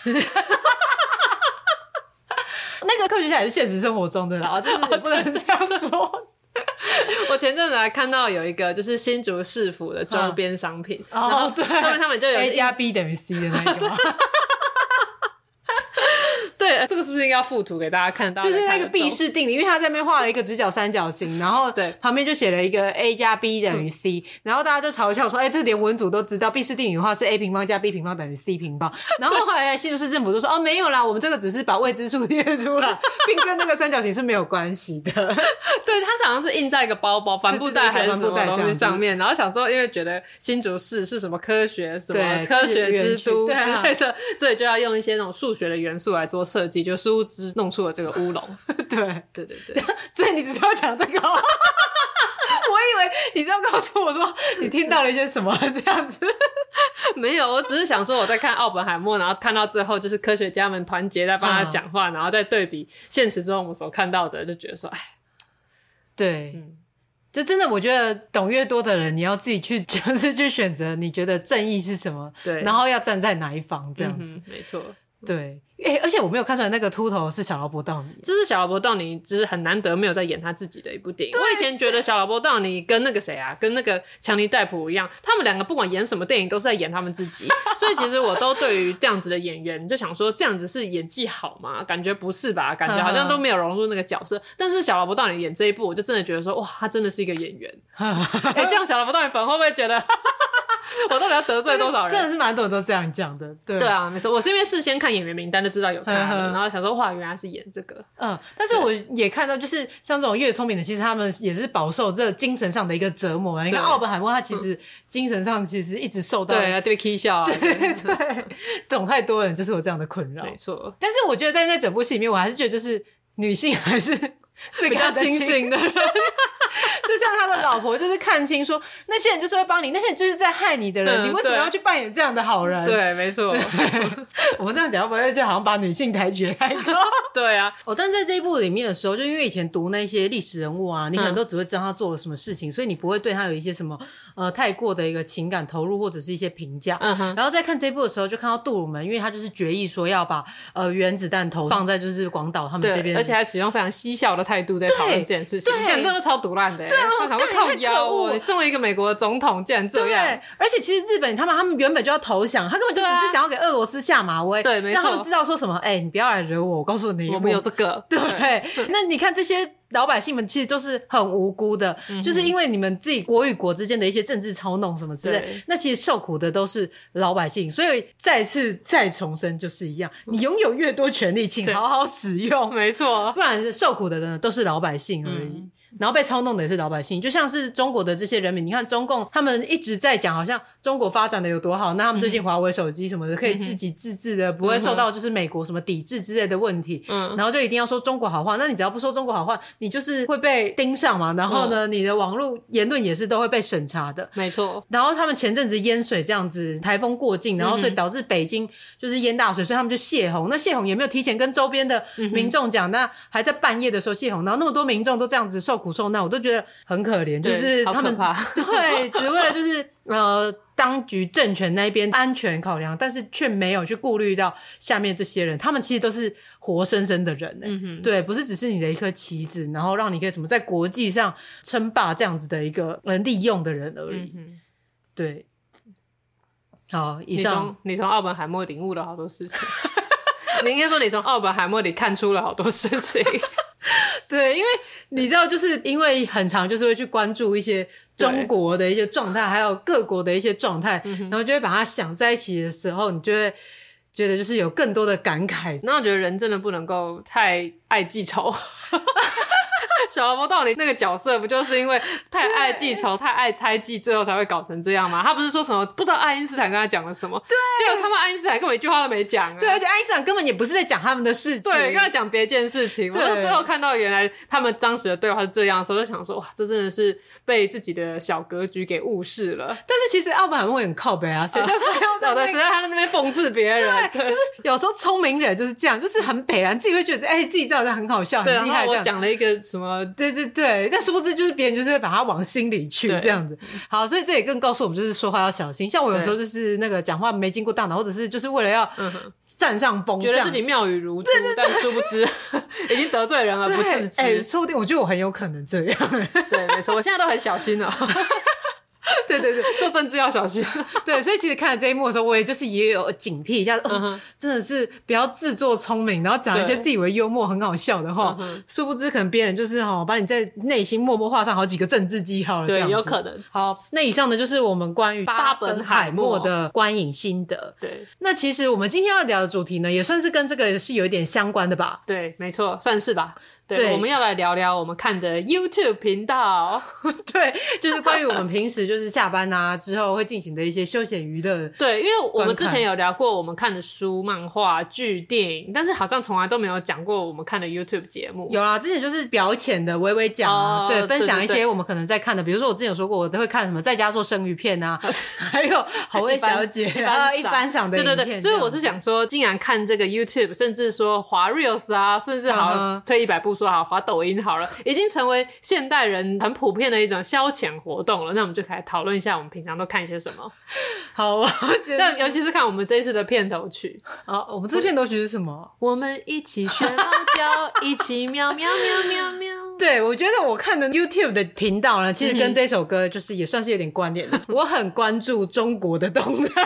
那个科学家也是现实生活中的啦，就是不能这样说我前阵子还看到有一个就是新竹市府的周边商品、 嗯、然后对， 上面他们就有 A 加 B 等于 C 的那个对， 对，这个是不是应该要附图给大家看到？ 就是那个毕氏定理，因为他在那边画了一个直角三角形，然后对旁边就写了一个 a 加 b 等于 c，、嗯、然后大家就嘲笑说，哎、欸，这连文组都知道，毕氏定理的话是 a 平方加 b 平方等于 c 平方。然后后来新竹市政府就说，哦，没有啦，我们这个只是把未知数列出来，并跟那个三角形是没有关系的。 对，它好像是印在一个包包、帆布袋还是什么东西上面，然后想说，因为觉得新竹市是什么科学什么科学之都之类的，啊、所以就要用一些那种数学的元素来做设计，就殊不知弄出了这个乌龙。 对对对对， 所以你只是要讲这个、哦。我以为你是要告诉我说你听到了一些什么这样子。 没有，我只是想说我在看奥本海默，然后看到最后就是科学家们团结在帮他讲话、嗯、然后再对比现实中我们所看到的，就觉得说哎， 对、嗯，就真的我觉得懂越多的人，你要自己去就是去选择你觉得正义是什么，对，然后要站在哪一方这样子、嗯、 没错。 对，欸，而且我没有看出来那个秃头是小劳勃道尼， 这是小劳勃道尼，就是很难得没有在演他自己的一部电影。我以前觉得小劳勃道尼跟那个谁啊，跟那个强尼戴普一样，他们两个不管演什么电影都是在演他们自己，所以其实我都对于这样子的演员就想说，这样子是演技好吗？感觉不是吧，感觉好像都没有融入那个角色。但是小劳勃道尼演这一部，我就真的觉得说，哇，他真的是一个演员。哎、欸，这样小劳勃道尼粉会不会觉得？我到底要得罪多少人？ 真的是蛮多人都这样讲的。对对啊，没错，我是因为事先看演员名单就知道有他了，然后想说哇，原来是演这个。 嗯，但是我也看到，就是像这种越聪明的，其实他们也是饱受这精神上的一个折磨嘛。你看奥本海默，他其实精神上其实一直受到对啊，对 K 笑啊， 对对对，懂太多人就是有这样的困扰。 没错， 但是我觉得在那整部戏里面，我还是觉得就是女性还是最比较清醒的人。 就像他的老婆就是看清说那些人就是会帮你，那些人就是在害你的人、嗯、你为什么要去扮演这样的好人？ 对，没错。 我们这样讲会不会就好像把女性抬举太高？ 对啊。 哦，但在这一部里面的时候，就因为以前读那些历史人物啊，你可能都只会知道他做了什么事情、嗯、所以你不会对他有一些什么呃太过的一个情感投入或者是一些评价、嗯、然后在看这一部的时候就看到杜鲁门，因为他就是决议说要把呃原子弹头放在就是广岛他们这边， 而且还使用非常嬉笑的态度在讨论这件事情，干真的超毒烂的、欸、 对啊， 他想说靠腰哦，你身为一个美国的总统竟然这样。 对，而且其实日本他们他们原本就要投降，他根本就只是想要给俄罗斯下马威， 对，没错， 让他们知道说什么，哎、欸，你不要来惹我，我告诉你， 我们有这个。 对，那你看这些老百姓们其实都是很无辜的、嗯、就是因为你们自己国与国之间的一些政治操弄什么之类，那其实受苦的都是老百姓。所以再次再重申就是一样，你拥有越多权利请好好使用， 没错， 不然受苦的人都是老百姓而已、嗯，然后被操弄的也是老百姓。就像是中国的这些人民，你看中共他们一直在讲好像中国发展的有多好，那他们最近华为手机什么的可以自己自制的、嗯、不会受到就是美国什么抵制之类的问题、嗯、然后就一定要说中国好话，那你只要不说中国好话你就是会被盯上嘛，然后呢、嗯、你的网络言论也是都会被审查的， 没错。 然后他们前阵子淹水这样子，台风过境，然后所以导致北京就是淹大水，所以他们就泄洪，那泄洪也没有提前跟周边的民众讲、嗯、那还在半夜的时候泄洪，然后那么多民众都这样子受苦受难，我都觉得很可怜，就是他们对只为了就是呃当局政权那边安全考量，但是却没有去顾虑到下面这些人，他们其实都是活生生的人、欸嗯、对，不是只是你的一颗棋子，然后让你可以什么在国际上称霸这样子的一个人利用的人而已、嗯、对。好，以上你从奥本海默领悟了好多事情你应该说你从奥本海默里看出了好多事情对，因为你知道就是因为很常就是会去关注一些中国的一些状态还有各国的一些状态、嗯、然后就会把它想在一起的时候，你就会觉得就是有更多的感慨。 那我觉得人真的不能够太爱记仇小劳勃道尼那个角色不就是因为太爱记仇太爱猜忌最后才会搞成这样吗？他不是说什么不知道爱因斯坦跟他讲了什么，对，结果他们爱因斯坦根本一句话都没讲、啊、 对，而且爱因斯坦根本也不是在讲他们的事情， 对，跟他讲别件事情。我到最后看到原来他们当时的对话是这样的时候，就想说哇，这真的是被自己的小格局给误事了。 但是其实奥本海默很靠北啊，谁叫他要在、那個哦、 对，谁叫他在那边讽刺别人对，就是有时候聪明人就是这样，就是很北然自己会觉得哎、欸，自己这样很好笑很厉害这样， 我讲了一个什么对对对，但殊不知就是别人就是会把它往心里去这样子。好，所以这也更告诉我们就是说话要小心，像我有时候就是那个讲话没经过大脑，或者是就是为了要占上风， 觉得自己妙语如珠，对对对，但殊不知已经得罪人而不自知。 哎、欸，说不定我觉得我很有可能这样。 对，没错，我现在都很小心了对对对， 做政治要小心。 对，所以其实看了这一幕的时候，我也就是也有警惕一下，呃嗯、 真的是不要自作聪明，然后讲一些自以为幽默很好笑的话，嗯、殊不知可能别人就是哈、哦、把你在内心默默画上好几个政治记号了，这样子。 对，有可能。 好，那以上呢就是我们关于巴本海默的观影心得。 对， 那其实我们今天要聊的主题呢，也算是跟这个是有一点相关的吧？ 对，没错，算是吧。对， 对， 我们要来聊聊我们看的 YouTube 频道。 对，就是关于我们平时就是下班啊之后会进行的一些休闲娱乐。 对，因为我们之前有聊过我们看的书、漫画、剧、电影，但是好像从来都没有讲过我们看的 YouTube 节目。 有啦，之前就是表浅的微微讲啊、哦，对，分享一些我们可能在看的，比如说我之前有说过，我都会看什么在家做生鱼片啊，还有好味小姐啊，一般赏的影片。 对对对，所以我是想说，竟然看这个 YouTube， 甚至说滑 Reels 啊，甚至好、uh-huh. 退一百步说好滑抖音好了，已经成为现代人很普遍的一种消遣活动了。那我们就可以讨论一下，我们平常都看些什么。 好啊， 但尤其是看我们这一次的片头曲。 好，我们这次片头曲是什么？ 我们一起学猫叫，一起喵喵喵喵喵。 对，我觉得我看的 YouTube 的频道呢，其实跟这首歌就是也算是有点关联的。嗯、我很关注中国的动态。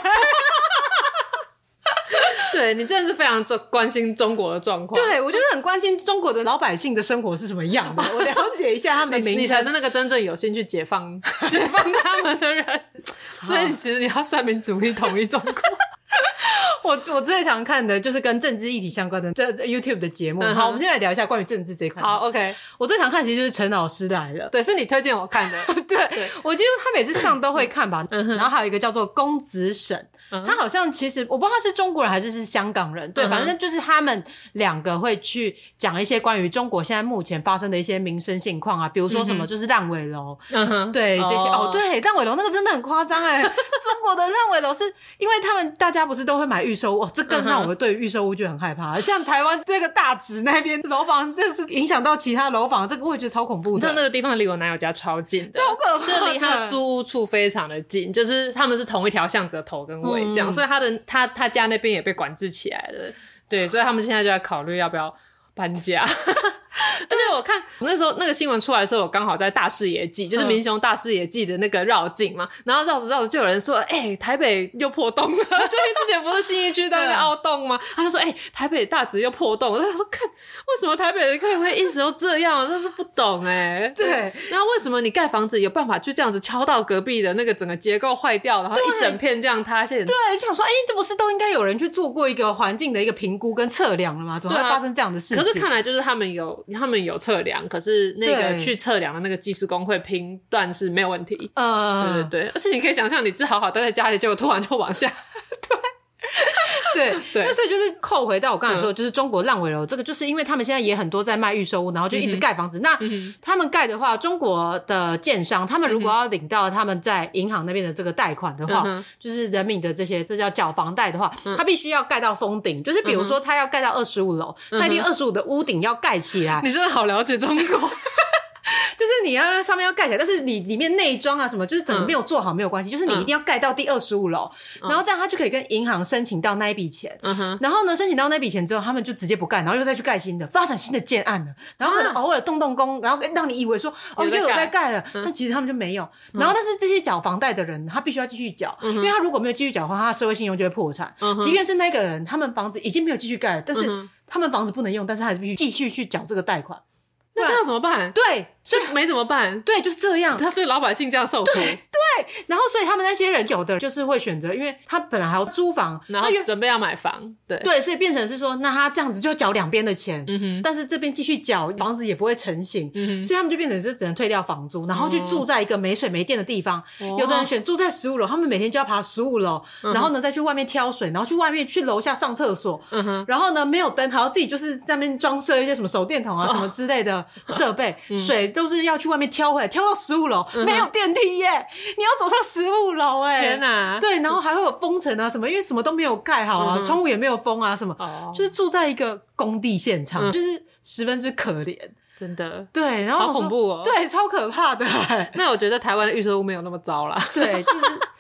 对，你真的是非常关心中国的状况。 对，我就是很关心中国的老百姓的生活是什么样的，我了解一下他们的民生。 你才是那个真正有心去解放解放他们的人。所以其实你要三民主义统一中国。 我我最常看的就是跟政治议题相关的这 YouTube 的节目。嗯、好，我们现在来聊一下关于政治这一块。 好 ，OK。 我最常看其实就是陈老师来了。 对，是你推荐我看的。 对，对我记得他每次上都会看吧。嗯、然后还有一个叫做公子沈，嗯、他好像其实我不知道他是中国人还是是香港人。对，嗯、反正就是他们两个会去讲一些关于中国现在目前发生的一些民生现况啊，比如说什么就是烂尾楼，嗯、对这些哦，哦对烂尾楼那个真的很夸张哎，中国的烂尾楼是因为他们大家不是都会买预售屋，哦，这更让我对预售屋就很害怕。像台湾这个大直那边楼房，这是影响到其他楼房，这个我也觉得超恐怖的。 你知道那个地方离我男友家超近的， 超可怕的， 就离他租屋处非常的近，就是他们是同一条巷子的头跟尾这样，嗯、所以他的他他家那边也被管制起来了。对，所以他们现在就在考虑要不要搬家。而且我看那时候那个新闻出来的时候，我刚好在大视野季，就是民雄大视野季的那个绕境嘛，然后绕着绕着就有人说，哎、欸，台北又破洞了。因为之前不是信义区在那边凹洞吗？他就说，哎、欸，台北大直又破洞了。他说，看为什么台北人可以会一直都这样，真是不懂哎、欸。 对， 然后为什么你盖房子有办法就这样子敲到隔壁的那个整个结构坏掉，然后一整片这样塌陷？ 对，就想说，哎、欸，这不是都应该有人去做过一个环境的一个评估跟测量了吗？怎么会发生这样的事情？ 啊、可是看来就是他们有他们有测量，可是那个去测量的那个技师工会评断是没有问题。呃，对对对，而且你可以想象，你是好好待在家里，结果突然就往下。 对。对对，那所以就是扣回到我刚才说的，就是中国烂尾楼、嗯、这个，就是因为他们现在也很多在卖预售屋，然后就一直盖房子。嗯、那、嗯、他们盖的话，中国的建商，他们如果要领到他们在银行那边的这个贷款的话，嗯、就是人民的这些，这叫缴房贷的话，嗯、他必须要盖到封顶，就是比如说他要盖到二十五楼，嗯、他一定二十五的屋顶要盖起来。 你真的好了解中国。 就是你要上面要盖起来，但是你里面内装啊什么，就是整个没有做好没有关系、嗯，就是你一定要盖到第二十五楼，然后这样他就可以跟银行申请到那一笔钱。嗯、然后呢，申请到那笔钱之后，他们就直接不盖，然后又再去盖新的，发展新的建案了。然后可能偶尔动动工，然后让你以为说哦又有在盖了，但其实他们就没有。然后但是这些缴房贷的人，他必须要继续缴、嗯，因为他如果没有继续缴的话，他的社会信用就会破产。嗯、即便是那个人，他们房子已经没有继续盖了，但是他们房子不能用，但是他还是必须继续去缴这个贷款。 那这样怎么办？ 对， 所以没怎么办？ 对，就是这样。 他对老百姓这样受苦。 对对，然后所以他们那些人有的就是会选择，因为他本来还要租房， 然后准备要买房，对对，所以变成是说，那他这样子就缴两边的钱，嗯哼，但是这边继续缴，房子也不会成型，嗯哼，所以他们就变成是只能退掉房租，然后去住在一个没水没电的地方。哦、有的人选住在十五楼，他们每天就要爬十五楼，然后呢再去外面挑水，然后去外面去楼下上厕所，嗯哼，然后呢没有灯，还要自己就是在那边装设一些什么手电筒啊、哦、什么之类的设备。嗯、水都是要去外面挑回来，挑到十五楼没有电梯耶，你要走上十五楼哎！ 天哪！ 对，然后还会有封尘啊什么，因为什么都没有盖好啊，嗯、窗户也没有封啊什么，哦、就是住在一个工地现场，嗯、就是十分之可怜。 真的， 对，然后好恐怖哦， 对，超可怕的。 那我觉得台湾的预售屋没有那么糟啦。 对，就是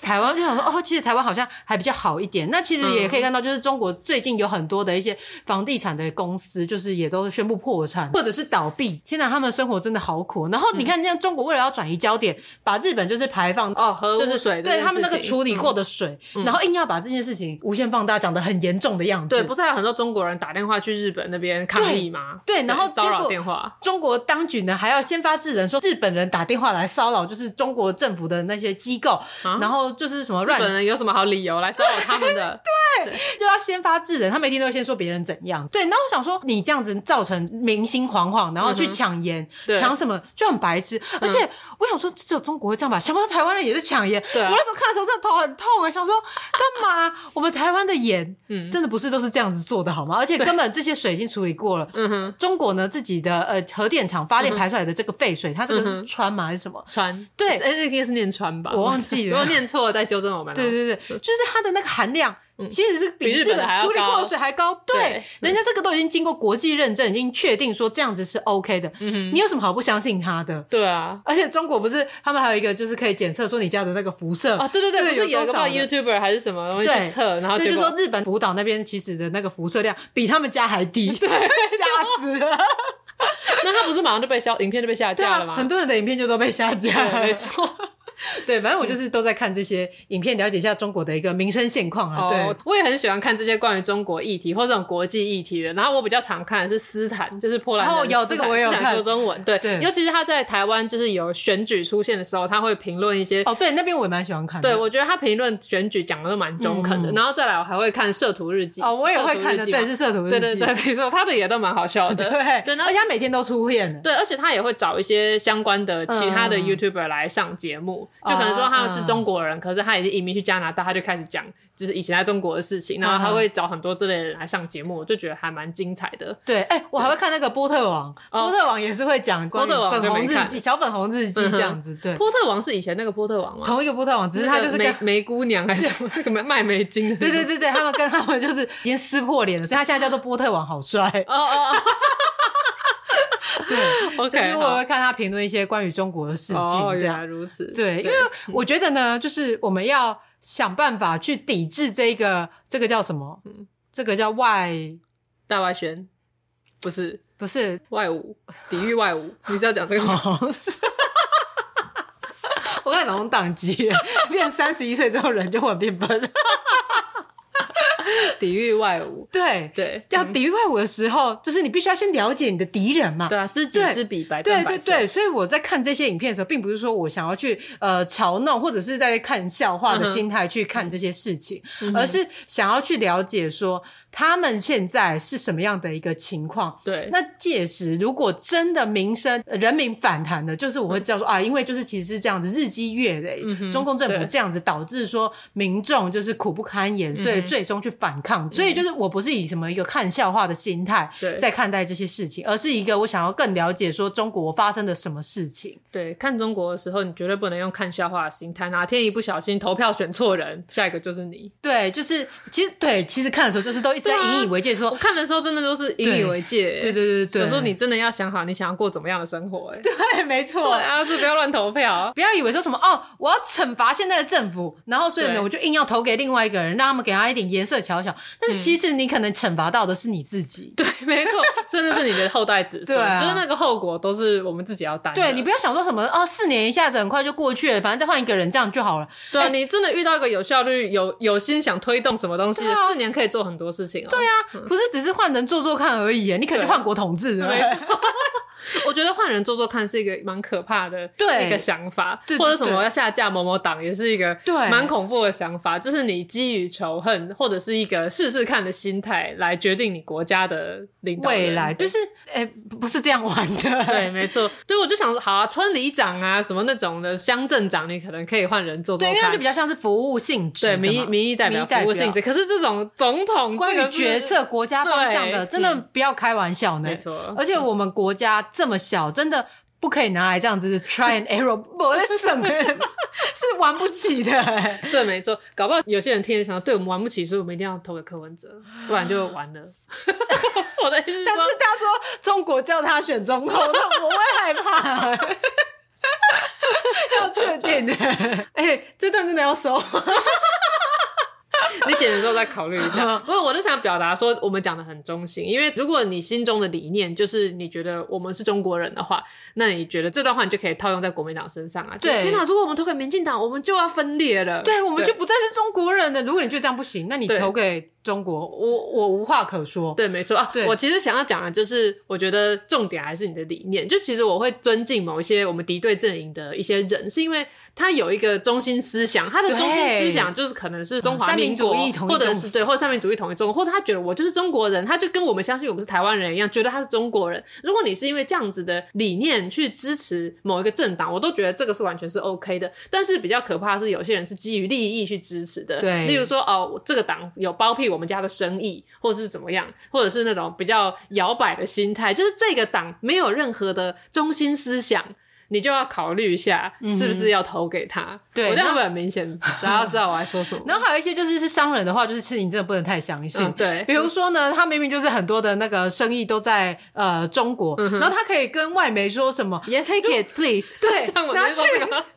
台湾就想说哦，其实台湾好像还比较好一点。那其实也可以看到，就是中国最近有很多的一些房地产的公司，就是也都宣布破产或者是倒闭。天哪，他们的生活真的好苦。然后你看，像中国为了要转移焦点，把日本就是排放哦核污水， 对他们那个处理过的水，嗯、然后硬要把这件事情无限放大，讲得很严重的样子。 对，不是还有很多中国人打电话去日本那边抗议吗？ 对，对然后骚扰电话， 中国当局呢还要先发制人，说日本人打电话来骚扰，就是中国政府的那些机构，啊、然后就是什么乱日本人有什么好理由来骚扰他们的？ 对, 对，就要先发制人，他们一定都会先说别人怎样。对，然后我想说，你这样子造成民心惶惶，然后去抢盐，抢、嗯、什么就很白痴。而且我想说，只有中国会这样吧？想不到台湾人也是抢盐。对、啊，我那时候看的时候真的头很痛啊，想说干嘛？我们台湾的盐，嗯，真的不是都是这样子做的好吗？而且根本这些水已经处理过了。嗯哼，中国呢自己的呃核电厂发电排出来的这个废水，嗯、它这个是氚吗？还是什么？ 氚。 对， 哎，那个是念氚吧？ 我忘记了。 如果念错了再纠正我们。 对对对，就是它的那个含量。嗯、其实是比日本处理过的水还高，对，对人家这个都已经经过国际认证，已经确定说这样子是 OK 的，嗯、你有什么好不相信他的？ 对啊， 而且中国不是他们还有一个就是可以检测说你家的那个辐射啊，对对对，不是有一个 YouTuber 还是什么东西去测，然后对，就说日本福岛那边其实的那个辐射量比他们家还低，对，吓死了。 那他不是马上就被下影片就被下架了吗？ 啊、很多人的影片就都被下架了， 没错。 对，反正我就是都在看这些影片，了解一下中国的一个民生现况啊。对、 哦，我也很喜欢看这些关于中国议题或这种国际议题的。然后我比较常看的是斯坦，就是波兰人。 哦，有这个我也有看。 说中文，对，对尤其是他在台湾就是有选举出现的时候，他会评论一些。 哦，对，那边我也蛮喜欢看的。 对，我觉得他评论选举讲的都蛮中肯的。嗯、然后再来，我还会看《摄图日记》。 哦，我也会看的，对，是《摄图日记》。 对对对，没错，他的也都蛮好笑的。 对对，而且他每天都出片。 对，而且他也会找一些相关的其他的 YouTuber 来上节目，嗯、就可能说他。是中国人，可是他已经移民去加拿大，他就开始讲就是以前在中国的事情，然后他会找很多这类的人来上节目，我就觉得还蛮精彩的。 对，哎、欸，我还会看那个波特王，波特王也是会讲关于粉红日记、小粉红日记这样子。对， 波特王是以前那个波特王吗？ 同一个波特王，只是他就是跟梅姑娘还是什么那个卖梅精的。 对对对对，他们跟他们就是已经撕破脸了，所以他现在叫做波特王，好帅。哦哦哦。对 ，OK， 就是我会看他评论一些关于中国的事情， 哦， 这样原来如此。 对，因为我觉得呢，就是我们要想办法去抵制这个，这个叫什么？嗯，这个叫外大外宣，不是不是外侮，抵御外侮。你是要讲这个吗？ 我看脑中宕机了，变三十一岁之后人就会变笨。 抵御外侮， 对对， 要抵御外侮的时候，嗯、就是你必须要先了解你的敌人嘛。 对啊，知己知彼，百战百胜。 对对对，所以我在看这些影片的时候，并不是说我想要去呃嘲弄，或者是在看笑话的心态去看这些事情，嗯、而是想要去了解说他们现在是什么样的一个情况。 对， 那届时如果真的民生人民反弹的，就是我会知道说、嗯、啊，因为就是其实是这样子日积月累，嗯、中共政府这样子导致说民众就是苦不堪言，所以最终去反抗。所以就是我不是以什么一个看笑话的心态在看待这些事情，而是一个我想要更了解说中国发生了什么事情。 对，看中国的时候你绝对不能用看笑话的心态，哪天一不小心投票选错人，下一个就是你。 对，就是其实对其实看的时候就是都一直在引以为戒说、啊、 我看的时候真的都是引以为戒。 对对对对， 所以说你真的要想好你想要过怎么样的生活。 对，没错。 对啊，就不要乱投票， 不要以为说什么哦我要惩罚现在的政府，然后所以呢我就硬要投给另外一个人，让他们给他一点颜色瞧瞧，但是其实你可能惩罚到的是你自己。 对，没错，甚至是你的后代子孙。对、啊，就是那个后果都是我们自己要担的。 对，你不要想说什么哦，四年一下子很快就过去了，反正再换一个人这样就好了。 对啊，欸、你真的遇到一个有效率、有有心想推动什么东西的，四、啊、年可以做很多事情哦。 对啊，嗯、不是只是换人做做看而已，你可能就换国统治了。 没错。我觉得换人做做看是一个蛮可怕的一个想法，对，或者什么要下架某某党也是一个蛮恐怖的想法，就是你基于仇恨或者是一个试试看的心态来决定你国家的领导人未来，就是诶、欸、不是这样玩的。 对，没错。对，我就想说好啊，村里长啊什么那种的乡镇长你可能可以换人做做看， 对，因为它就比较像是服务性质的嘛， 对，民意民意代表服务性质。可是这种总统关于决策国家方向的真的不要开玩笑呢。 没错， 而且我们国家这么小，真的不可以拿来这样子 try and error， 我在省是玩不起的、欸。 对，没错，搞不好有些人听着想，对我们玩不起，所以我们一定要投给柯文哲，不然就完了。我的意思是说， 但是他说中国叫他选总统，那我会害怕、欸。要听确定哎、欸，这段真的要收。 你剪的时候再考虑一下。不过我就想表达说我们讲的很中性，因为如果你心中的理念就是你觉得我们是中国人的话，那你觉得这段话你就可以套用在国民党身上啊。对，天哪，如果我们投给民进党我们就要分裂了， 对，我们就不再是中国人了。如果你觉得这样不行，那你投给中国，我我无话可说。 对，没错啊。我其实想要讲的就是我觉得重点还是你的理念，就其实我会尊敬某一些我们敌对阵营的一些人，是因为他有一个中心思想，他的中心思想就是可能是中华民国或者是对，或者三民主义统一中国，或者他觉得我就是中国人，他就跟我们相信我们是台湾人一样，觉得他是中国人。如果你是因为这样子的理念去支持某一个政党，我都觉得这个是完全是 OK 的。但是比较可怕的是有些人是基于利益去支持的，对，例如说哦，这个党有包庇我们家的生意，或者是怎么样，或者是那种比较摇摆的心态，就是这个党没有任何的中心思想，你就要考虑一下是不是要投给他、嗯、对，我这样会不会很明显大家知道我在说什么？然后还有一些就是是商人的话，就是事情真的不能太相信、 嗯、对， 比如说呢，他明明就是很多的那个生意都在呃中国、嗯、然后他可以跟外媒说什么 Yeah, take it please 对， 这样我拿去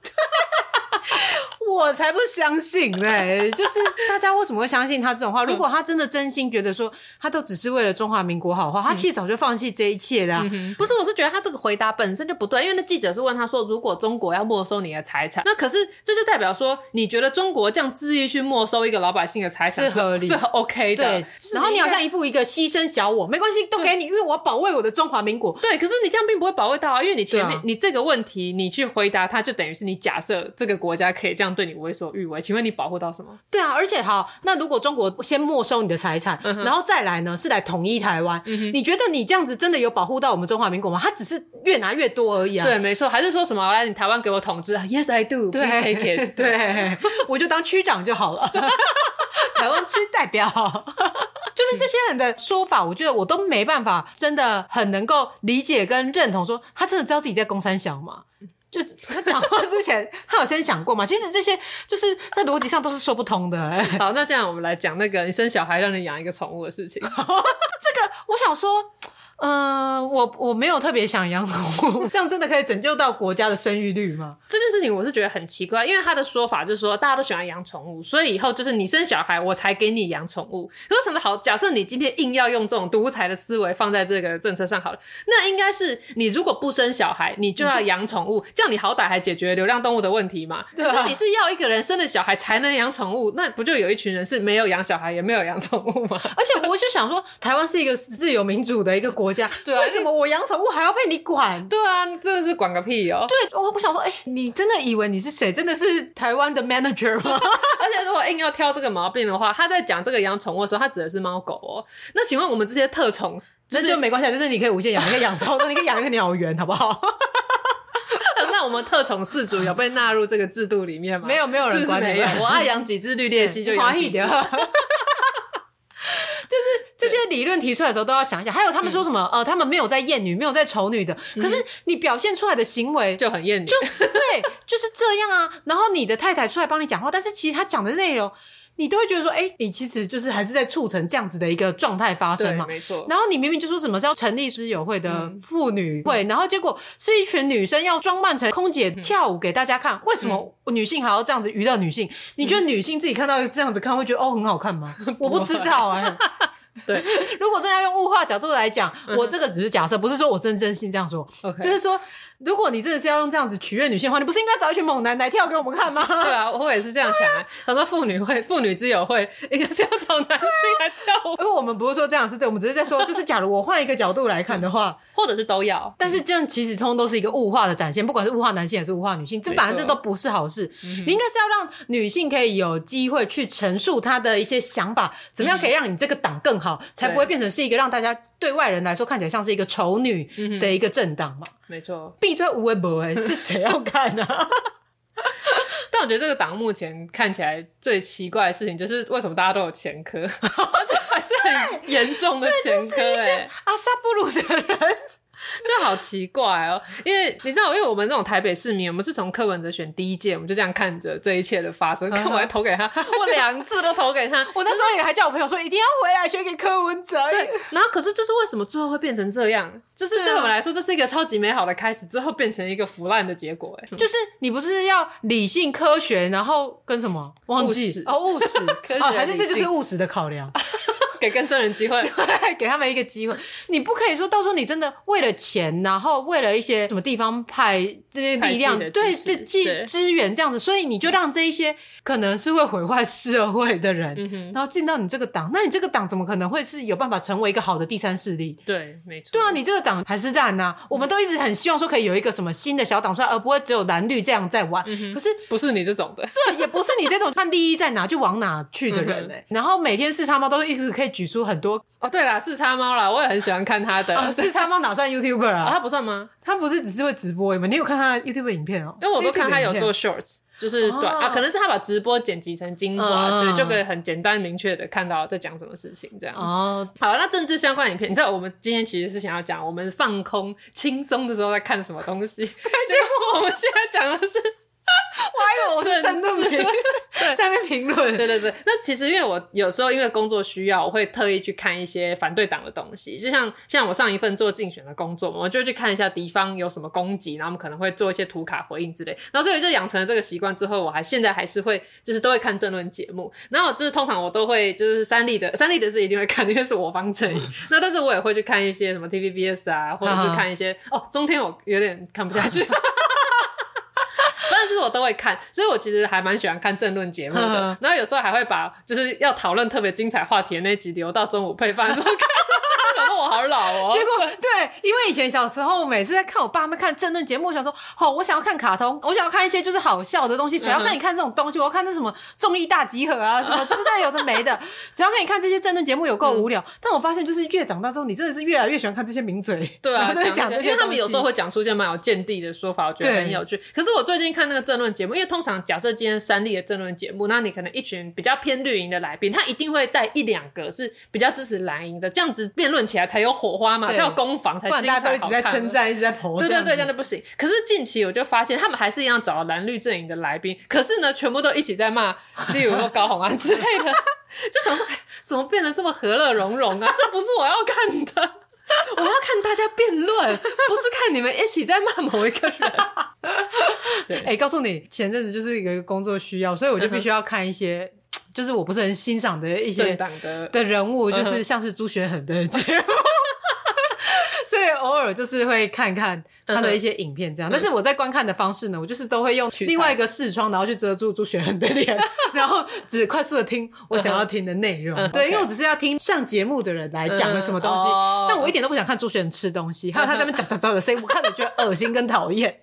我才不相信嘞、欸！就是大家为什么会相信他这种话？如果他真的真心觉得说他都只是为了中华民国好的话，他其实早就放弃这一切了、啊嗯。不是，我是觉得他这个回答本身就不对，因为那记者是问他说，如果中国要没收你的财产，那可是这就代表说，你觉得中国这样恣意去没收一个老百姓的财产是合理，是 OK 的。 对，然后你好像一副一个牺牲小我，没关系，都给你，因为我要保卫我的中华民国。 对，可是你这样并不会保卫到啊，因为你前面、啊、你这个问题你去回答他，就等于是你假设这个国家可以这样对你为所欲为，请问你保护到什么？ 对啊，而且好，那如果中国先没收你的财产、嗯、然后再来呢是来统一台湾、嗯、你觉得你这样子真的有保护到我们中华民国吗？他只是越拿越多而已啊。 对，没错，还是说什么来你台湾给我统治 Yes I do, please take it 对，我就当区长就好了台湾区代表就是这些人的说法，我觉得我都没办法真的很能够理解跟认同，说他真的知道自己在攻三小吗？就他讲话之前他有先想过嘛？其实这些就是在逻辑上都是说不通的、欸、 好，那这样我们来讲那个你生小孩让你养一个宠物的事情这个我想说嗯、呃，我我没有特别想养宠物，这样真的可以拯救到国家的生育率吗？ 这件事情我是觉得很奇怪，因为他的说法就是说大家都喜欢养宠物，所以以后就是你生小孩我才给你养宠物。可是想着好，假设你今天硬要用这种独裁的思维放在这个政策上好了，那应该是你如果不生小孩你就要养宠物，这样你好歹还解决流浪动物的问题嘛。可是你是要一个人生了小孩才能养宠物，那不就有一群人是没有养小孩也没有养宠物吗？ 而且我就想说台湾是一个自由民主的一个国家对啊，为什么我养宠物还要被你管？ 对啊，真的是管个屁哦。 对，我不想说哎、欸，你真的以为你是谁？真的是台湾的 manager 吗？ 而且如果硬要挑这个毛病的话，他在讲这个养宠物的时候他指的是猫狗哦。那请问我们这些特宠那就没关系，就是你可以无限养，你可以养超多，你可以养一个鸟园好不好？ 那我们特宠饲主有被纳入这个制度里面吗？ 没有，没有人管你们。 是不是没有？我爱养几只绿鬣蜥就养几只就是这些理论提出来的时候都要想一下，还有他们说什么、嗯、呃，他们没有在厌女，没有在丑女的、嗯、可是你表现出来的行为就很厌女， 就对，就是这样啊。然后你的太太出来帮你讲话，但是其实他讲的内容你都会觉得说，哎，你其实就是还是在促成这样子的一个状态发生嘛， 对，没错。 然后你明明就说什么是要成立狮友会的妇女会、嗯，然后结果是一群女生要装扮成空姐跳舞给大家看，嗯、为什么女性还要这样子娱乐女性、嗯？你觉得女性自己看到这样子看会觉得哦很好看吗？我不知道哎、欸。 对， 如果真的要用物化角度来讲、嗯，我这个只是假设，不是说我真真心这样说， okay. 就是说。如果你真的是要用这样子取悦女性的话，你不是应该找一群猛男来跳给我们看吗？ 对啊，我也是这样想啊。想说妇女会、妇女之友会，应该是要找男性来跳舞。 因为我们不是说这样是对，我们只是在说，就是假如我换一个角度来看的话， 或者是都要， 但是这样其实通通都是一个物化的展现，不管是物化男性还是物化女性，这反正这都不是好事。你应该是要让女性可以有机会去陈述她的一些想法，怎么样可以让你这个党更好，才不会变成是一个让大家对外人来说看起来像是一个丑女的一个政党嘛。 没错， 闭嘴无微博哎，是谁要看啊？ 但我觉得这个党目前看起来最奇怪的事情就是为什么大家都有前科，而且还是很严重的前科哎、欸， 阿萨布鲁的人就好奇怪哦，因为你知道，因为我们那种台北市民，我们是从柯文哲选第一届，我们就这样看着这一切的发生，看我还投给他，我两次都投给他。 我那时候也还叫我朋友说一定要回来选给柯文哲。 对，然后可是就是为什么最后会变成这样？就是对我们来说，这是一个超级美好的开始，之后变成一个腐烂的结果。哎， 就是你不是要理性科学，然后跟什么忘记哦务实科学、哦，还是这就是务实的考量。 给更生人机会， 对，给他们一个机会。你不可以说到时候你真的为了钱，然后为了一些什么地方派这些力量，对，支支援这样子，所以你就让这一些可能是会毁坏社会的人，嗯、然后进到你这个党，那你这个党怎么可能会是有办法成为一个好的第三势力？ 对，没错。 对啊，你这个党还是烂啊、嗯！我们都一直很希望说可以有一个什么新的小党出来，而不会只有蓝绿这样在玩。嗯、可是不是你这种的， 对，也不是你这种看利益在哪就往哪去的人哎、欸嗯。然后每天四叉猫都一直可以举出很多哦，对啦，四叉猫啦，我也很喜欢看他的。 哦、四叉猫哪算 YouTuber 啊？ 哦、他不算吗？ 他不是只是会直播吗？你有看他 YouTube 影片哦？ 因为我都看他有做 shorts。就是短、哦、啊，可能是他把直播剪辑成精华、嗯，对，就可以很简单明确的看到在讲什么事情这样。哦，好，那政治相关影片，你知道我们今天其实是想要讲我们放空轻松的时候在看什么东西，结果我们现在讲的是。 我还以为我是真的评在那边评论。 对对对，那其实因为我有时候因为工作需要，我会特意去看一些反对党的东西，就像像我上一份做竞选的工作嘛，我就会去看一下敌方有什么攻击，然后我们可能会做一些图卡回应之类，然后所以就养成了这个习惯之后，我还现在还是会就是都会看政论节目，然后就是通常我都会就是三立的三立的是一定会看，因为是我方阵营、嗯、那但是我也会去看一些什么 T V B S 啊，或者是看一些、啊、哦中天我有点看不下去但是我都会看，所以我其实还蛮喜欢看政论节目的，然后有时候还会把就是要讨论特别精彩话题的那集留到中午配饭的时候看想说我好老哦。 结果对，因为以前小时候每次在看我爸妈看政论节目，我想说哦，我想要看卡通，我想要看一些就是好笑的东西，谁要看你看这种东西、嗯、我要看那什么综艺大集合啊什么之类有的没的谁要看你看这些政论节目有够无聊、嗯、但我发现就是越长大之后你真的是越来越喜欢看这些名嘴， 对啊， 在讲这些东西， 因为他们有时候会讲出一些蛮有见地的说法，我觉得很有趣。可是我最近看那个政论节目，因为通常假设今天三立的政论节目，那你可能一群比较偏绿营的来宾，他一定会带一两个是比较支持蓝营的，这样子辩论起来才有火花嘛，才有攻防，才精彩好看， 不然大家都一直在称赞一直在捧， 对对对，这样就不行。可是近期我就发现他们还是一样找蓝绿阵营的来宾，可是呢全部都一起在骂例如说高虹安之类的就想说怎么变得这么和乐融融啊，这不是我要看的我要看大家辩论，不是看你们一起在骂某一个人对，哎、欸，告诉你前阵子就是有一个工作需要，所以我就必须要看一些、嗯、就是我不是很欣赏的一些的, 的人物，就是像是朱学恒的节目所以偶尔就是会看看他的一些影片这样、嗯、但是我在观看的方式呢，我就是都会用另外一个视窗然后去遮住朱学恒的脸然后只快速的听我想要听的内容、嗯、对、okay. 因为我只是要听上节目的人来讲了什么东西、嗯、但我一点都不想看朱学恒吃东西、嗯、还有他在那边喳喳喳的声音我看着觉得恶心跟讨厌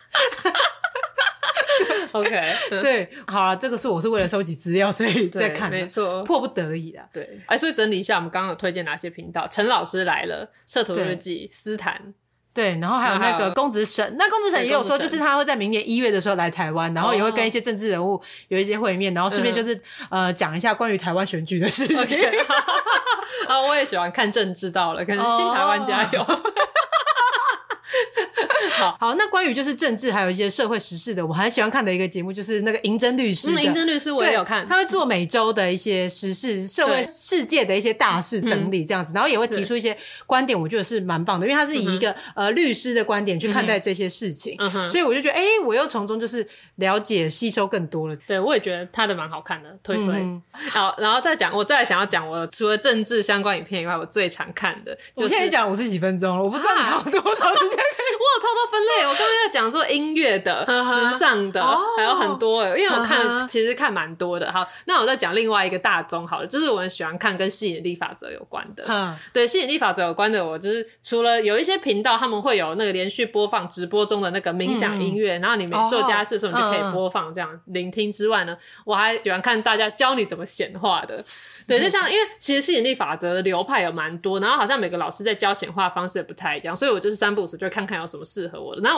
OK 对，好啦，这个是我是为了收集资料所以在看， 没错， 迫不得已啦。 对，哎，所以整理一下我们刚刚有推荐哪些频道，陈老师来了，社图日记，斯坦， 对，然后还有那个公子沈，那公子沈也有说就是他会在明年一月的时候来台湾，然后也会跟一些政治人物有一些会面，然后顺便就是、嗯、呃讲一下关于台湾选举的事情。Okay. 啊，我也喜欢看政治到了，可能新台湾加油。Oh. 好, 好，那关于就是政治还有一些社会时事的，我很喜欢看的一个节目就是那个银针律师的。嗯， 银针律师我也有看， 他会做每周的一些时事、社会世界的一些大事整理这样子，然后也会提出一些观点，我觉得是蛮棒的，因为他是以一个、嗯、呃律师的观点去看待这些事情，嗯、所以我就觉得哎、欸，我又从中就是了解吸收更多了。 对，我也觉得他的蛮好看的，推推。嗯、好，然后再讲，我再来想要讲我除了政治相关影片以外，我最常看的就是， 我现在讲五十几分钟了，我不知道你还有多长时间可以。 我有超多分类，我刚刚在讲说音乐的、时尚的，还有很多，因为我看其实看蛮多的。好，那我再讲另外一个大宗好了，就是我很喜欢看跟吸引力法则有关的。对，吸引力法则有关的，我就是除了有一些频道他们会有那个连续播放直播中的那个冥想音乐，嗯、然后你每做家事的时候你就可以播放这样、嗯、聆听之外呢，我还喜欢看大家教你怎么显化的。对，就像因为其实吸引力法则的流派有蛮多，然后好像每个老师在教显化的方式也不太一样，所以我就是三不五时就会看看有什么适合我的。然后我最近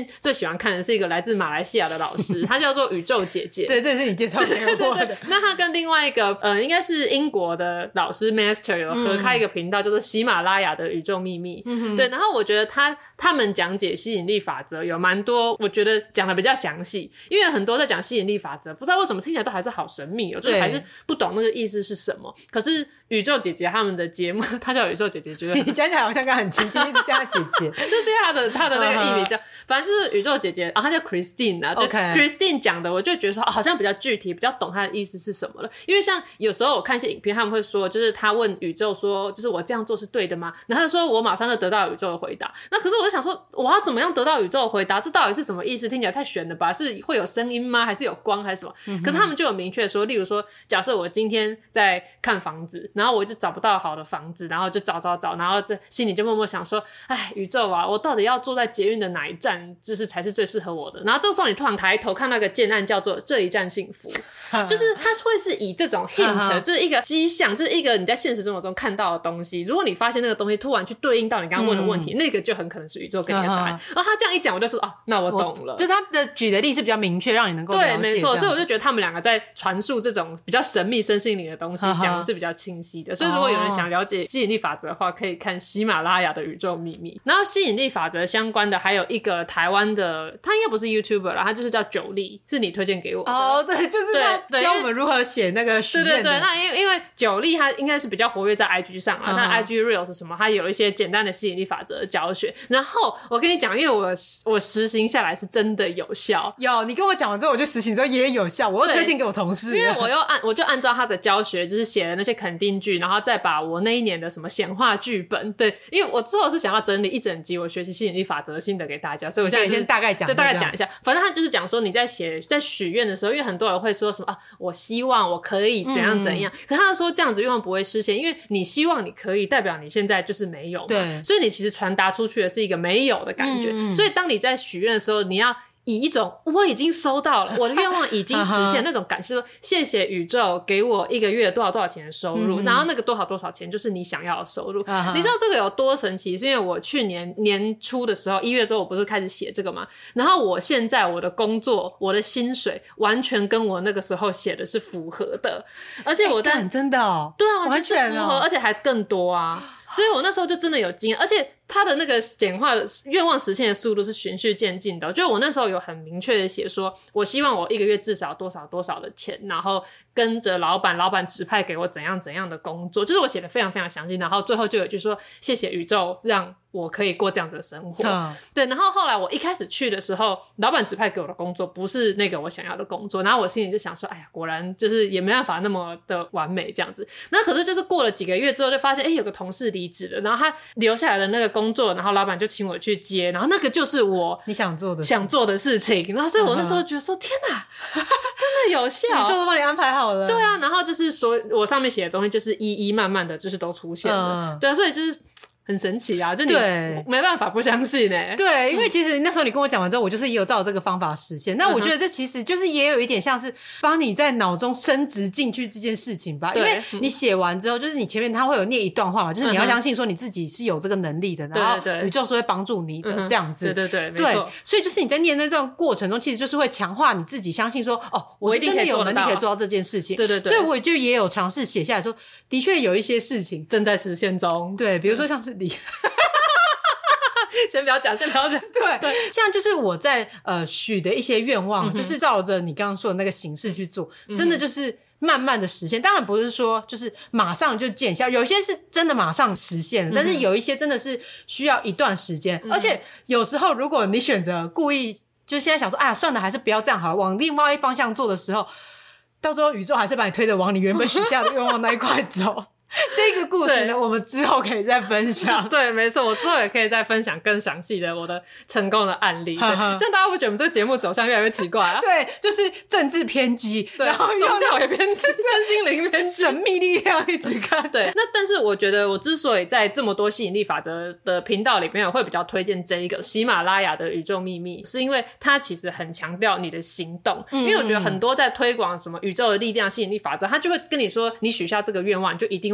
最喜欢看的是一个来自马来西亚的老师，他叫做宇宙姐姐。 对，这也是你介绍给我的。对对对对， 那他跟另外一个呃，应该是英国的老师 Master 有合开一个频道，叫做喜马拉雅的宇宙秘密。嗯、对，然后我觉得他他们讲解吸引力法则有蛮多，我觉得讲的比较详细，因为很多在讲吸引力法则，不知道为什么听起来都还是好神秘哦，就是还是不懂那个意思是什么。可是宇宙姐姐他们的节目，她叫宇宙姐姐，觉得你讲起来好像跟她很亲近，一直叫她姐姐， 就是因为她的她的那个艺名叫，反正就是宇宙姐姐，然后她叫 Christine 啊。对 okay. Christine 讲的，我就觉得说、哦、好像比较具体，比较懂她的意思是什么了。因为像有时候我看一些影片，他们会说，就是他问宇宙说，就是我这样做是对的吗？然后他就说我马上就得到宇宙的回答。那可是我就想说，我要怎么样得到宇宙的回答？这到底是什么意思？听起来太玄了吧？是会有声音吗？还是有光还是什么？嗯、可是他们就有明确说，例如说，假设我今天在看房子，然后我一直找不到好的房子，然后就找找找，然后心里就默默想说，哎，宇宙啊，我到底要坐在捷运的哪一站，就是才是最适合我的？然后这个时候你突然抬头看那个建案叫做这一站幸福，就是它会是以这种 hint， 就是一个迹象，就是一个你在现实生活中看到的东西。如果你发现那个东西突然去对应到你刚刚问的问题，嗯、那个就很可能是宇宙给你的答案。然后他这样一讲，我就说哦，那我懂了。 就他的举的例是比较明确，让你能够了解。 对，没错。所以我就觉得他们两个在传述这种比较神秘身心灵的东西，讲的是比较清晰的。所以如果有人想了解吸引力法则的话，可以看喜马拉雅的宇宙秘密。然后吸引力法则相关的还有一个台湾的，他应该不是 YouTuber 啦，他就是叫九力，是你推荐给我的。 哦，对，就是他教我们如何写那个许愿的。 对对对，那因为因为九力他应该是比较活跃在 I G 上啊，那 I G Reels 是什么？他有一些简单的吸引力法则的教学。然后我跟你讲，因为我我实行下来是真的有效。 有，你跟我讲完之后，我就实行之后也有效，我又推荐给我同事。 因为我又按我就按照他的教学，就是写了那些肯定句，然后再把我那一年的什么显化剧本，对，因为我之后是想要整理一整集我学习吸引力法则的心得给大家，所以我现在、就是、 先大概讲， 对，大概讲一下。反正他就是讲说你在写在许愿的时候，因为很多人会说什么啊，我希望我可以怎样怎样，嗯、可是他说这样子愿望不会实现，因为你希望你可以，代表你现在就是没有嘛， 对， 所以你其实传达出去的是一个没有的感觉，嗯、所以当你在许愿的时候，你要以一种我已经收到了，我的愿望已经实现那种感谢，说谢谢宇宙给我一个月多少多少钱的收入，嗯、然后那个多少多少钱就是你想要的收入。Uh-huh. 你知道这个有多神奇？是因为我去年年初的时候，一月多我不是开始写这个吗？然后我现在我的工作，我的薪水完全跟我那个时候写的是符合的，而且我在、 欸、真的哦， 对啊，完全符合，哦、而且还更多啊。所以我那时候就真的有经验，而且他的那个简化的愿望实现的速度是循序渐进的。就是我那时候有很明确的写说，我希望我一个月至少多少多少的钱，然后跟着老板，老板指派给我怎样怎样的工作，就是我写的非常非常详细。然后最后就有一句说，谢谢宇宙让我可以过这样子的生活。嗯、对，然后后来我一开始去的时候，老板指派给我的工作不是那个我想要的工作，然后我心里就想说，哎呀，果然就是也没办法那么的完美这样子。那可是就是过了几个月之后，就发现哎，有个同事离职了，然后他留下来的那个工作，然后老板就请我去接，然后那个就是我你想做的想做的事情。然后所以我那时候觉得说，天哪，这真的有效， 宇宙都帮你安排好了。 对啊，然后就是说我上面写的东西，就是一一慢慢的就是都出现了。嗯、对啊，所以就是很神奇啊，就你没办法不相信欸。 对，因为其实那时候你跟我讲完之后，我就是也有照这个方法实现。那我觉得这其实就是也有一点像是帮你在脑中升值进去这件事情吧。因为你写完之后，就是你前面他会有念一段话嘛，就是你要相信说你自己是有这个能力的，然后宇宙是会帮助你的这样子。 对对对，没错。 所以就是你在念那段过程中，其实就是会强化你自己相信说，哦，我是真的有能力可以做到这件事情。 对对对。 所以我就也有尝试写下来说，的确有一些事情正在实现中。 对，比如说像是你。 先不要讲，先不要讲。 对对，像就是我在呃许的一些愿望，嗯、就是照着你刚刚说的那个形式去做，嗯、真的就是慢慢的实现。当然不是说就是马上就见效，有一些是真的马上实现了，嗯、但是有一些真的是需要一段时间。嗯、而且有时候如果你选择故意，就现在想说，哎呀，算了，还是不要这样好了，往另外一方向做的时候，到最后宇宙还是把你推着往你原本许下的愿望那一块走。这个故事呢，我们之后可以再分享。 对，没错，我之后也可以再分享更详细的我的成功的案例。对，这样大家会觉得我们这个节目走向越来越奇怪啊？ 对，就是政治偏激， 对， 然后宗教也偏激，身心灵偏激， 神秘力量一直看。 对，那但是我觉得我之所以在这么多吸引力法则的频道里面，我会比较推荐这一个喜马拉雅的宇宙秘密，是因为它其实很强调你的行动。嗯、因为我觉得很多在推广什么宇宙的力量、吸引力法则，他就会跟你说，你许下这个愿望，你就一定会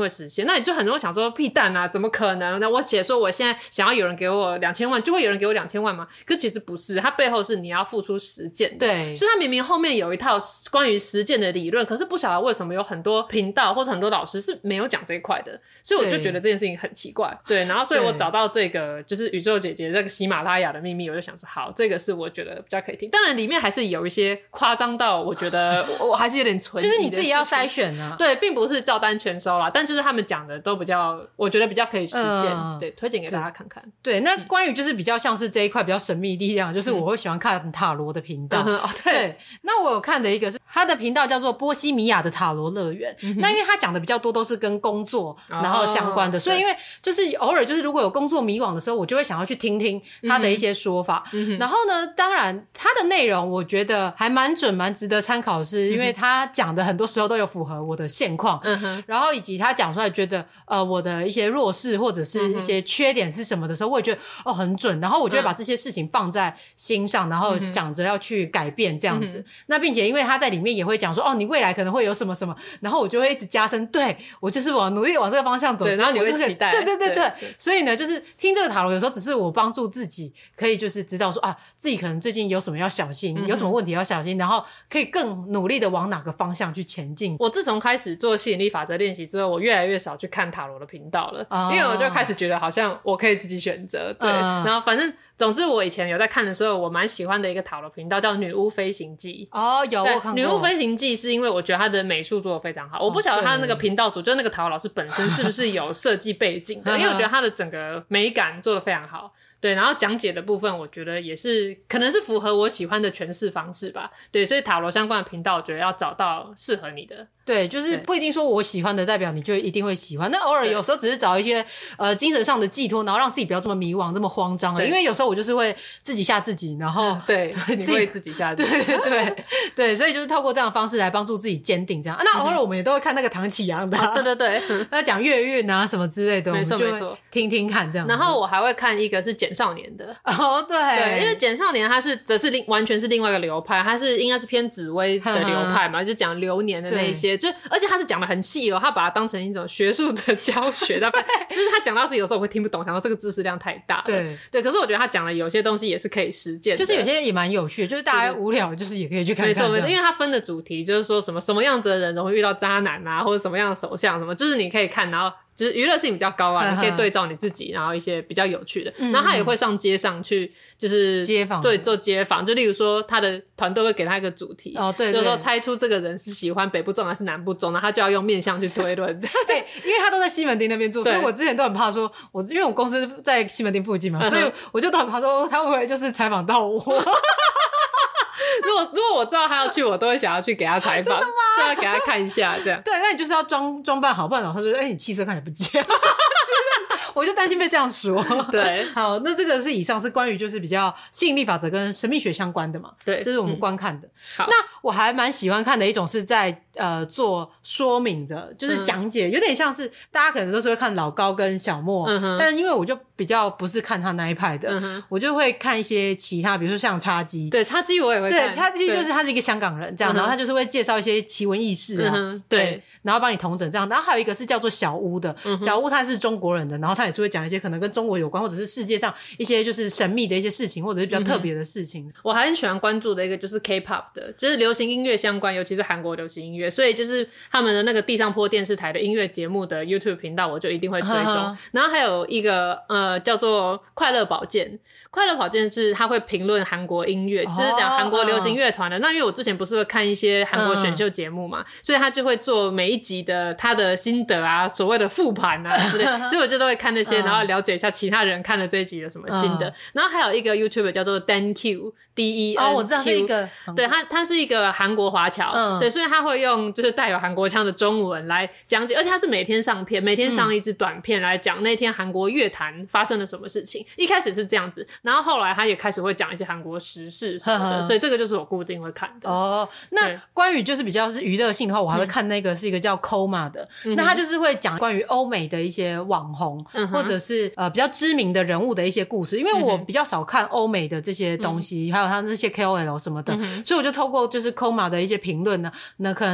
会实现。那你就很容易想说屁蛋啊，怎么可能？那我写说我现在想要有人给我两千万，就会有人给我两千万吗？可其实不是，它背后是你要付出实践的。 对， 所以它明明后面有一套关于实践的理论，可是不晓得为什么有很多频道或者很多老师是没有讲这一块的，所以我就觉得这件事情很奇怪。对，然后所以我找到这个就是宇宙姐姐这个喜马拉雅的秘密，我就想说好，这个是我觉得比较可以听。当然里面还是有一些夸张到我觉得我我还是有点存疑的， 就是你自己要筛选啊。 对，并不是照单全收啦，但就是他们讲的都比较，我觉得比较可以实践、呃，对，推荐给大家看看。 对，那关于就是比较像是这一块比较神秘力量，就是我会喜欢看塔罗的频道、 嗯哦对。 对，那我有看的一个是他的频道叫做波西米亚的塔罗乐园、嗯，那因为他讲的比较多都是跟工作然后相关的，哦、所以因为就是偶尔就是如果有工作迷惘的时候，我就会想要去听听他的一些说法。嗯、然后呢，当然他的内容我觉得还蛮准蛮值得参考的是，因为他讲的很多时候都有符合我的现况，嗯哼，然后以及他讲出来觉得呃我的一些弱势或者是一些缺点是什么的时候，我也觉得哦很准，然后我就会把这些事情放在心上，然后想着要去改变这样子。嗯、那并且因为他在里面也会讲说哦你未来可能会有什么什么，然后我就会一直加深，对我就是我努力往这个方向走， 对，然后你会期待， 对对对 对, 对, 对，所以呢就是听这个塔罗有时候只是我帮助自己可以就是知道说啊自己可能最近有什么要小心、嗯、有什么问题要小心，然后可以更努力的往哪个方向去前进。 我自从开始做吸引力法则练习之后，我越来越少去看塔罗的频道了、哦、因为我就开始觉得好像我可以自己选择，对、嗯、然后反正总之我以前有在看的时候，我蛮喜欢的一个塔罗频道叫女巫飞行记。 哦，有我看过。 女巫飞行记是因为我觉得它的美术做得非常好、哦、我不晓得他那个频道主就是那个塔罗老师本身是不是有设计背景的因为我觉得他的整个美感做得非常好，对，然后讲解的部分我觉得也是可能是符合我喜欢的诠释方式吧，对，所以塔罗相关的频道我觉得要找到适合你的。 对，就是不一定说我喜欢的代表你就一定会喜欢，那偶尔有时候只是找一些呃精神上的寄托，然后让自己不要这么迷惘这么慌张了，因为有时候我就是会自己吓自己，然后、 嗯、对自己你会自己吓自己， 对对对，所以就是透过这样的方式来帮助自己坚定这样、啊、那偶尔我们也都会看那个唐启阳的、啊哦、对对对那讲月运啊什么之类的， 没错没错， 听听看这样子。 然后我还会看一个是简少年的哦，对对，因为简少年他是则是另完全是另外一个流派，他是应该是偏紫微的流派嘛，就讲流年的那一些，就而且他是讲的很细哦，他把它当成一种学术的教学，就是他讲到是有时候我会听不懂，想到这个知识量太大了， 对对，可是我觉得他讲的有些东西也是可以实践的， 就是有些也蛮有趣的，就是大家无聊就是也可以去看看，没错没错，因为他分的主题就是说什么什么样子的人容易遇到渣男啊，或者什么样的手相什么，就是你可以看，然后就是娱乐性比较高啊，你可以对照你自己，然后一些比较有趣的，嗯、然后他也会上街上去，就是街访， 对，做街访，就例如说他的团队会给他一个主题， 哦对， 就是说猜出这个人是喜欢北部粽还是南部粽，然后他就要用面相去推论， 对，因为他都在西门町那边做，所以我之前都很怕说，我因为我公司在西门町附近嘛，所以我就都很怕说他会不会就是采访到我。 如果如果我知道他要去，我都会想要去给他采访，对，要给他看一下这样。 对，那你就是要装装扮好，不然老师说，哎、欸，你气色看起来不佳。我就担心被这样说。 对， 好，那这个是以上是关于就是比较吸引力法则跟神秘学相关的嘛？ 对， 这是我们观看的。 嗯、 那我还蛮喜欢看的一种是在呃做说明的，就是讲解，嗯、有点像是大家可能都是会看老高跟小莫，嗯、但因为我就比较不是看他那一派的，嗯、我就会看一些其他，比如说像叉鸡， 对，叉鸡我也会看， 对，叉鸡就是他是一个香港人这样，然后他就是会介绍一些奇闻异事啊， 嗯、 对, 对， 然后帮你统整这样，然后还有一个是叫做小屋的，嗯、小屋他是中国人的，然后他也是会讲一些可能跟中国有关，或者是世界上一些就是神秘的一些事情，或者是比较特别的事情。嗯、 我还很喜欢关注的一个就是 K-pop 的，就是流行音乐相关，尤其是韩国流行音乐，所以就是他们的那个地上坡电视台的音乐节目的 YouTube 频道，我就一定会追踪。呵呵，然后还有一个呃叫做快乐保健，快乐保健是他会评论韩国音乐，就是讲韩国流行乐团的。哦、那因为我之前不是会看一些韩国选秀节目嘛，嗯、所以他就会做每一集的他的心得啊，所谓的复盘啊之类，所以我就都会看那些，然后了解一下其他人看了这一集有什么心得。嗯、然后还有一个 YouTuber 叫做 Dan Q D E N Q， 哦，我知道是一个， 对，他他是一个韩国华侨，嗯、对，所以他会用就是带有韩国腔的中文来讲解，而且他是每天上片，每天上一支短片来讲那天韩国乐坛发生了什么事情。一开始是这样子，然后后来他也开始会讲一些韩国时事什么的，呵呵，所以这个就是我固定会看的。 哦，那关于就是比较是娱乐性的话，我还会看那个是一个叫 Koma 的，嗯、那他就是会讲关于欧美的一些网红，嗯、或者是呃比较知名的人物的一些故事，因为我比较少看欧美的这些东西，嗯、还有他那些 K O L 什么的，嗯、所以我就透过就是 Koma 的一些评论呢，那可能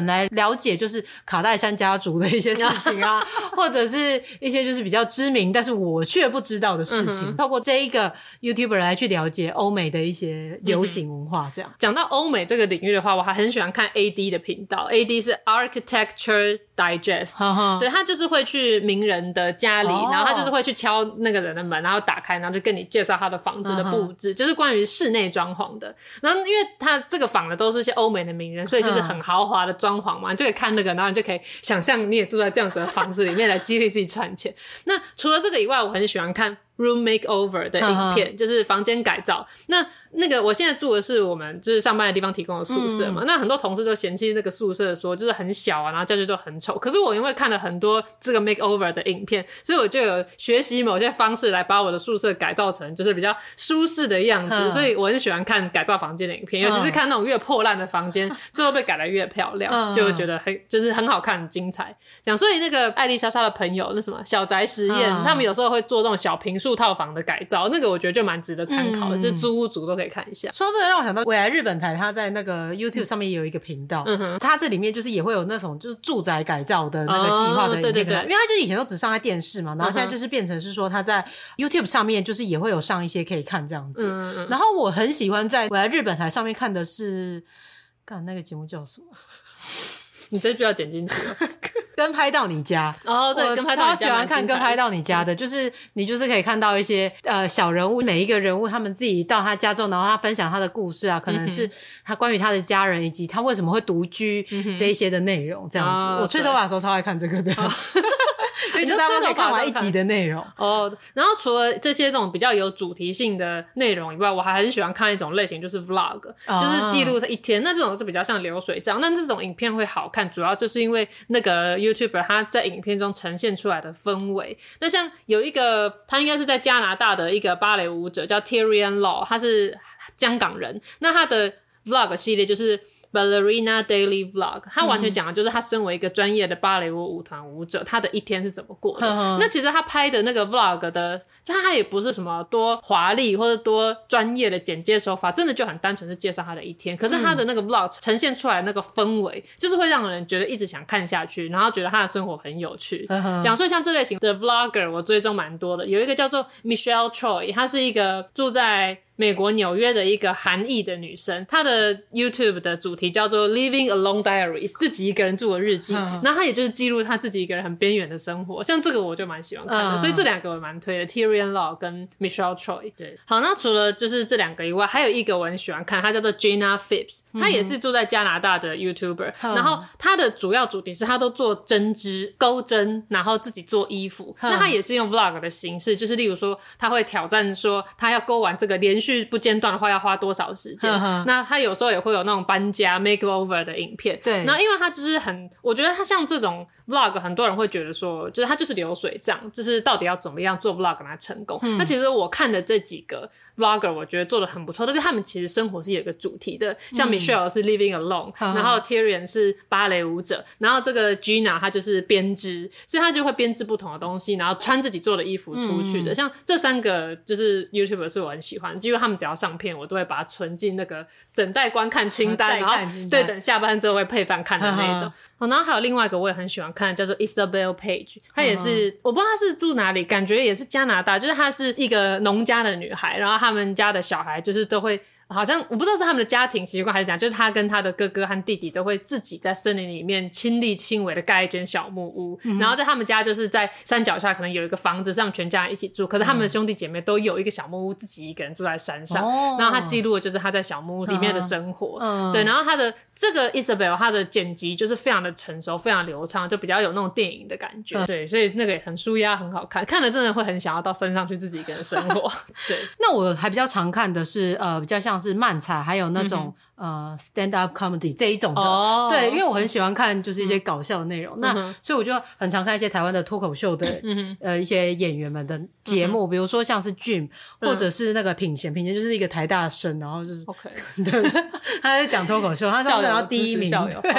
来了解就是卡戴珊家族的一些事情啊或者是一些就是比较知名但是我却不知道的事情、嗯、透过这一个 YouTuber 来去了解欧美的一些流行文化这样。 讲、嗯、到欧美这个领域的话，我还很喜欢看 A D 的频道， A D 是 Architecture Digest 呵呵，对，他就是会去名人的家里、哦、然后他就是会去敲那个人的门，然后打开，然后就跟你介绍他的房子的布置、嗯、就是关于室内装潢的。然后因为他这个访的都是一些欧美的名人，所以就是很豪华的装潢嘛，你就可以看那个，然后你就可以想象你也住在这样子的房子里面来激励自己赚钱。那除了这个以外，我很喜欢看room makeover 的影片，就是房间改造。那那个我现在住的是我们就是上班的地方提供的宿舍嘛、嗯、那很多同事都嫌弃那个宿舍说就是很小啊，然后家具都很丑。可是我因为看了很多这个 makeover 的影片，所以我就有学习某些方式来把我的宿舍改造成就是比较舒适的样子、嗯、所以我很喜欢看改造房间的影片、嗯、尤其是看那种越破烂的房间最后被改得越漂亮、嗯、就会觉得很就是很好看很精彩这样。所以那个艾丽莎莎的朋友那什么小宅实验、嗯、他们有时候会做这种小坪数套房的改造，那个我觉得就蛮值得参考的、嗯、就租屋族都可以看一下。 说这个让我想到未来日本台他在那个 YouTube 上面也有一个频道、嗯、他这里面就是也会有那种就是住宅改造的那个计划的影片、哦、对对对，因为他就以前都只上在电视嘛，然后现在就是变成是说他在 YouTube 上面就是也会有上一些可以看这样子、嗯嗯、然后我很喜欢在未来日本台上面看的是干那个节目叫什么你这句要剪进去了跟拍到你家哦，对，跟拍到你家， 我超喜欢看跟拍到你家的、嗯、就是你就是可以看到一些呃小人物，每一个人物他们自己到他家之后，然后他分享他的故事啊，可能是他关于他的家人以及他为什么会独居、嗯、这一些的内容这样子、哦、我吹头发的时候超爱看这个的、哦因为就大家可以看完一集的内容哦。然后除了这些那种比较有主题性的内容以外，我还很喜欢看一种类型，就是 vlog、哦、就是记录一天。那这种就比较像流水账，那这种影片会好看，主要就是因为那个 YouTuber 他在影片中呈现出来的氛围。那像有一个他应该是在加拿大的一个芭蕾舞者叫 Tyrion Law， 他是香港人，那他的 vlog 系列就是Ballerina Daily Vlog， 他完全讲的就是他身为一个专业的芭蕾舞舞团舞者，他的一天是怎么过的。嗯、那其实他拍的那个 Vlog 的，他也不是什么多华丽或者多专业的剪接手法，真的就很单纯是介绍他的一天。可是他的那个 Vlog 呈现出来的那个氛围，就是会让人觉得一直想看下去，然后觉得他的生活很有趣。嗯、讲所以像这类型的 Vlogger 我追踪蛮多的，有一个叫做 Michelle Choi， 她是一个住在美国纽约的一个韩裔的女生，她的 YouTube 的主题叫做 Living Alone Diaries， 自己一个人住的日记，然后她也就是记录她自己一个人很边缘的生活，像这个我就蛮喜欢看的、嗯、所以这两个我蛮推的， Tyrion Law 跟 Michelle Choi。 对，好，那除了就是这两个以外，还有一个我很喜欢看，她叫做 Jenna Phipps， 她也是住在加拿大的 YouTuber、嗯、然后她的主要主题是她都做针织钩针，然后自己做衣服、嗯、那她也是用 Vlog 的形式，就是例如说她会挑战说她要钩完这个连续不间断的话要花多少时间、嗯、那他有时候也会有那种搬家 makeover 的影片。 对， 然后因为他就是很，我觉得他像这种 vlog 很多人会觉得说就是他就是流水账，就是到底要怎么样做 vlog 来成功、嗯、那其实我看的这几个 vlogger 我觉得做得很不错，但是他们其实生活是有一个主题的，像 Michelle 是 living alone、嗯、然后 Tyrion 是芭蕾舞者，然后这个 Gina 她就是编织，所以她就会编织不同的东西，然后穿自己做的衣服出去的、嗯、像这三个就是 YouTuber 是我很喜欢，几乎他们只要上片我都会把它存进那个等待观看清单，然后对等下班之后会配饭看的那一种。哦，然后还有另外一个我也很喜欢看叫做 Isabel Page， 她也是、嗯、我不知道她是住哪里，感觉也是加拿大，就是她是一个农家的女孩，然后他们家的小孩就是都会好像我不知道是他们的家庭习惯还是怎样，就是他跟他的哥哥和弟弟都会自己在森林里面亲力亲为的盖一间小木屋、嗯、然后在他们家就是在山脚下可能有一个房子让全家人一起住，可是他们的兄弟姐妹都有一个小木屋，自己一个人住在山上、哦、然后他记录的就是他在小木屋里面的生活、嗯、对，然后他的这个 Isabel 他的剪辑就是非常的成熟非常流畅，就比较有那种电影的感觉、嗯、对，所以那个也很舒压很好看，看了真的会很想要到山上去自己一个人生活对， 那我还比较常看的是呃比较像是漫才，还有那种、嗯、呃 stand up comedy 这一种的、哦、对，因为我很喜欢看就是一些搞笑的内容、嗯、那所以我就很常看一些台湾的脱口秀的、嗯、呃一些演员们的节目、嗯、比如说像是 Jim、嗯、或者是那个品贤，品贤就是一个台大生，然后就是 OK 对，他在讲脱口秀，他上然后第一名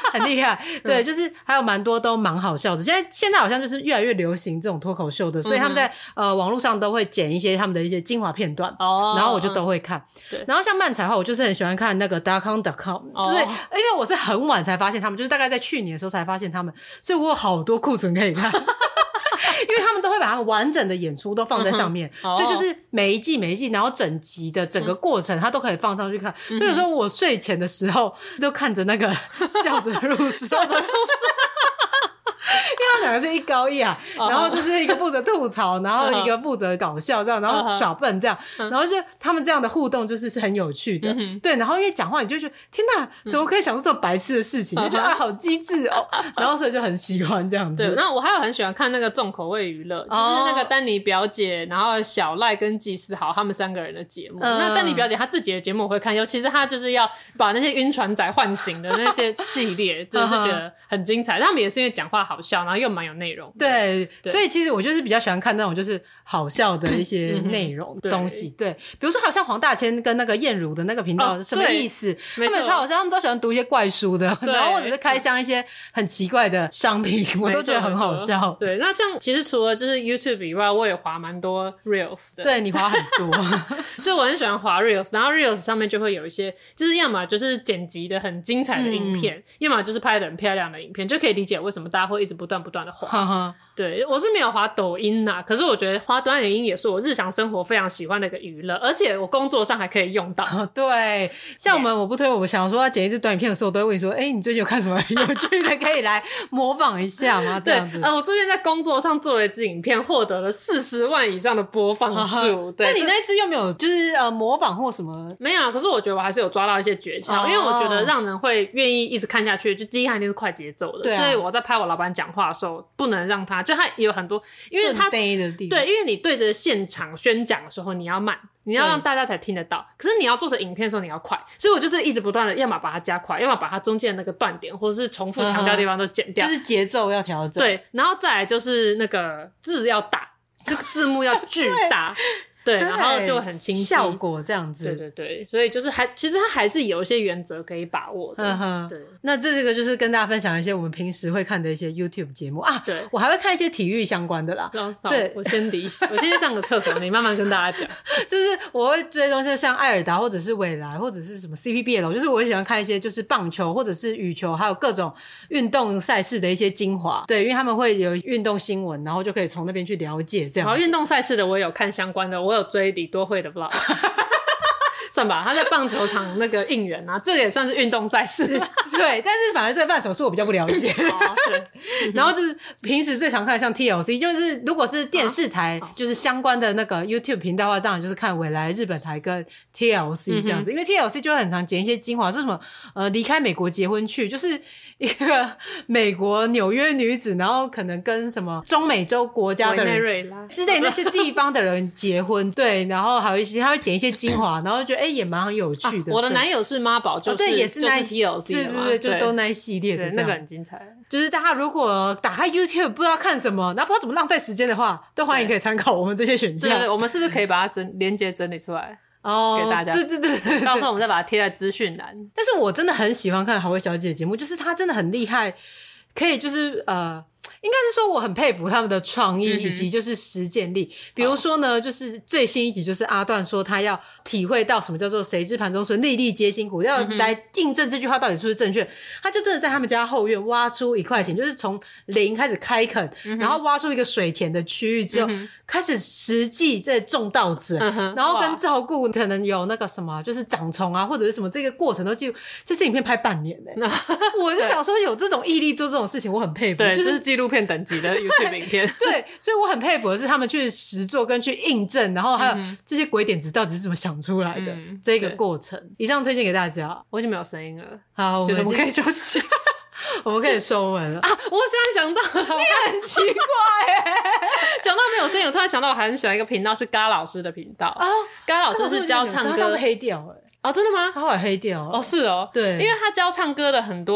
很厉害。对，就是还有蛮多都蛮好笑的。现在现在好像就是越来越流行这种脱口秀的，所以他们在、嗯、呃网络上都会剪一些他们的一些精华片段，哦、然后我就都会看。对，然后像漫才的话，我就是很喜欢看那个 dotcom dotcom，、哦、就是因为我是很晚才发现他们，就是大概在去年的时候才发现他们，所以我有好多库存可以看。因为他们都会把他们完整的演出都放在上面、嗯、所以就是每一季每一季然后整集的整个过程他都可以放上去看、嗯、所以有时候我睡前的时候都看着那个笑着入睡笑着入睡因为他们两个是一高一啊，然后就是一个负责吐槽，然后一个负责搞笑这样，然后耍笨这样，然后就他们这样的互动就是是很有趣的、嗯、对，然后因为讲话你就觉得天哪怎么可以想出这种白痴的事情、嗯、就觉得啊好机智哦，然后所以就很喜欢这样子。 对，那我还有很喜欢看那个重口味娱乐，就是那个丹妮表姐然后小赖跟纪思豪他们三个人的节目、嗯、那丹妮表姐她自己的节目我会看，尤其是她就是要把那些晕船仔唤醒的那些系列就是觉得很精彩，他们也是因为讲话好笑然后又蛮有内容。 对, 对，所以其实我就是比较喜欢看那种就是好笑的一些内容东西、嗯、对, 对，比如说好像黄大千跟那个燕如的那个频道、哦、什么意思，他们超好笑，他们都喜欢读一些怪书的，然后或者是开箱一些很奇怪的商品，我都觉得很好笑。 对，那像其实除了就是 YouTube 以外，我也滑蛮多 Reels 的。 对，你滑很多就我很喜欢滑 Reels， 然后 Reels 上面就会有一些就是要么就是剪辑的很精彩的影片、嗯、要么就是拍的很漂亮的影片，就可以理解为什么大家会一直不断不断的滑。对，我是没有滑抖音啦，可是我觉得滑短影音也是我日常生活非常喜欢的一个娱乐，而且我工作上还可以用到。 哦、对，像我们我不推我想说要剪一支短影片的时候，我都会问你说，哎，你最近有看什么有趣的可以来模仿一下吗？这样子。 呃，我最近在工作上做了一支影片，获得了四十万以上的播放数。对， 那你那一支又没有就是呃模仿或什么？ 没有啊，可是我觉得我还是有抓到一些诀窍、哦，因为我觉得让人会愿意一直看下去，就第一看一定是快节奏的，对啊、所以我在拍我老板讲话的时候，不能让他就他有很多。因为他对，因为你对着现场宣讲的时候你要慢，你要让大家才听得到，可是你要做成影片的时候你要快，所以我就是一直不断的要么把它加快，要么把它中间的那个断点或者是重复强调的地方都剪掉、 嗯、就是节奏要调整。对， 然后再来就是那个字要大，这个字幕要巨大对, 对，然后就很清晰效果这样子。 对对对，所以就是还其实它还是有一些原则可以把握的。嗯哼，对。 那这个就是跟大家分享一些我们平时会看的一些 YouTube 节目啊。对，我还会看一些体育相关的啦。 哦、对，我先离，我先去上个厕所，你慢慢跟大家讲。 就是我会追踪像艾尔达或者是未来或者是什么 C P B L， 就是我喜欢看一些就是棒球或者是羽球还有各种运动赛事的一些精华。对，因为他们会有运动新闻，然后就可以从那边去了解这样。 好，运动赛事的我有看相关的，我有追李多慧的 vlog 算吧，他在棒球场那个应援啊，这个也算是运动赛事。 对，但是反而这个范畴是我比较不了解。哦、对，然后就是平时最常看的像 T L C， 就是如果是电视台、啊、就是相关的那个 YouTube 频道的话，当然就是看未来日本台跟 T L C 这样子、嗯、因为 T L C 就会很常剪一些精华，说什么呃离开美国结婚去，就是一个美国纽约女子，然后可能跟什么中美洲国家的人之类那些地方的人结婚。对，然后还有一些他会剪一些精华，然后就觉得哎、欸、也蛮有趣的、 啊、我的男友是妈宝，就是、哦、 对，也是那、 就是、T L C 的嘛， 对对对，就都那一系列的这样， 那个很精彩。 就是大家如果打开 YouTube 不知道看什么，然后不知道怎么浪费时间的话，都欢迎可以参考我们这些选项。 对对对，我们是不是可以把它整连结整理出来哦，给大家？ 对对 对, 对, 对， 到时候我们再把它贴在资讯栏。 但是我真的很喜欢看好味小姐的节目，就是她真的很厉害，可以就是呃。应该是说我很佩服他们的创意以及就是实践力、嗯、比如说呢、哦、就是最新一集就是阿段说他要体会到什么叫做谁知盘中餐粒粒皆辛苦、嗯、要来印证这句话到底是不是正确，他就真的在他们家后院挖出一块田，就是从零开始开垦、嗯、然后挖出一个水田的区域之后、嗯、开始实际在种稻子、嗯、然后跟照顾可能有那个什么就是长虫啊或者是什么，这个过程都记录，这支影片拍半年、欸、我就想说有这种毅力做这种事情我很佩服， 对， 就是、 就是纪录片等级的 YouTube 影片。 对，所以我很佩服的是他们去实作跟去印证，然后还有这些鬼点子到底是怎么想出来的、嗯、这个过程。以上推荐给大家。 我已经没有声音了， 好，我们可以休息。 我们可以收文了啊！ 我现在想到了， 你很奇怪耶。 讲到没有声音，我突然想到我很喜欢一个频道，是嘎老师的频道。哦，嘎老师是教唱歌， 他上次黑掉了。 哦，真的吗？ 他后来黑掉了。 哦，是哦， 对， 因为他教唱歌的很多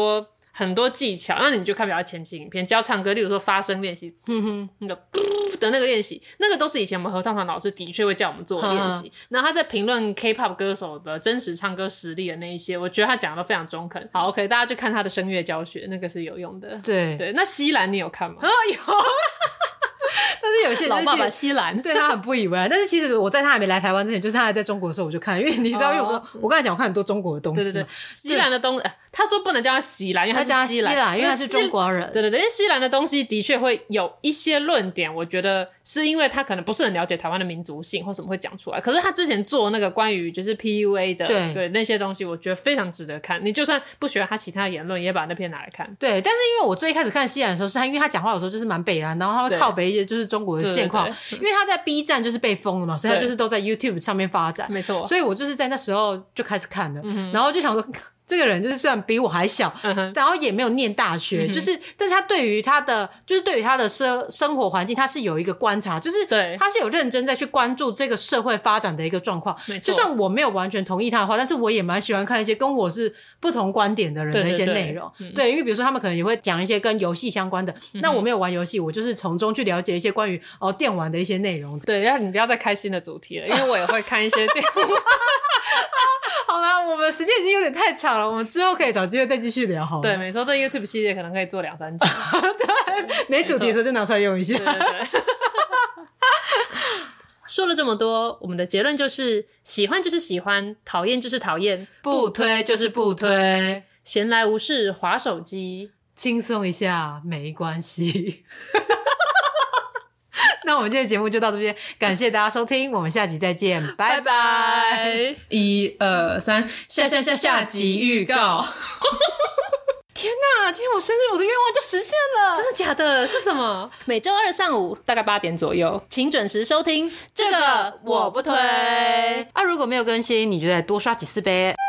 很多技巧，那你就看比较前期影片教唱歌，例如说发声练习，哼哼，那个的那个练习，那个都是以前我们合唱团老师的确会叫我们做的练习。然后他在评论 K-pop 歌手的真实唱歌实力的那一些，我觉得他讲的都非常中肯。好 ，OK， 大家去看他的声乐教学，那个是有用的。 对对，那西兰你有看吗？ 啊有。但是有些人老爸爸西兰对他很不以为然，但是其实我在他还没来台湾之前，就是他还在中国的时候我就看，因为你知道，因为我、哦、我刚才讲我看很多中国的东西， 对对对，西兰的东西，他说不能叫他西兰，因为他是西兰， 西兰因为他是中国人。 对对对，因为西兰的东西的确会有一些论点，我觉得是因为他可能不是很了解台湾的民族性或什么会讲出来。可是他之前做那个关于就是 P U A 的 对, 对那些东西，我觉得非常值得看。你就算不喜欢他其他的言论，也把那篇拿来看。 对，但是因为我最一开始看西兰的时候，是他因为他讲话有时候就是蛮北蓝，然后他会靠北一些就是中国的现况，因为他在 B 站就是被封了嘛，所以他就是都在 YouTube 上面发展。 没错， 所以我就是在那时候就开始看了，嗯、然后就想说。这个人就是虽然比我还小，嗯、然后也没有念大学，嗯、就是但是他对于他的就是对于他的生生活环境，他是有一个观察，就是对他是有认真在去关注这个社会发展的一个状况。就算我没有完全同意他的话，但是我也蛮喜欢看一些跟我是不同观点的人的一些内容。对, 对, 对, 对，因为比如说他们可能也会讲一些跟游戏相关的，嗯、那我没有玩游戏，我就是从中去了解一些关于哦电玩的一些内容。 对，要你不要再开新的主题了，因为我也会看一些电玩。 好啦，我们时间已经有点太长了，我们之后可以找机会再继续聊好了。 对，没错，这 YouTube 系列可能可以做两三集。 对，没主题的时候就拿出来用一下。 对对对。说了这么多，我们的结论就是喜欢就是喜欢，讨厌就是讨厌， 不推就是不推， 闲来无事滑手机， 轻松一下没关系。那我们今天的节目就到这边，感谢大家收听，我们下集再见，拜拜。 一二三，下下下下集预告。 天哪，今天我生日，我的愿望就实现了。 真的假的？是什么？每周二上午大概八点左右，请准时收听。这个我不推。 啊，如果没有更新，你就再多刷几次呗。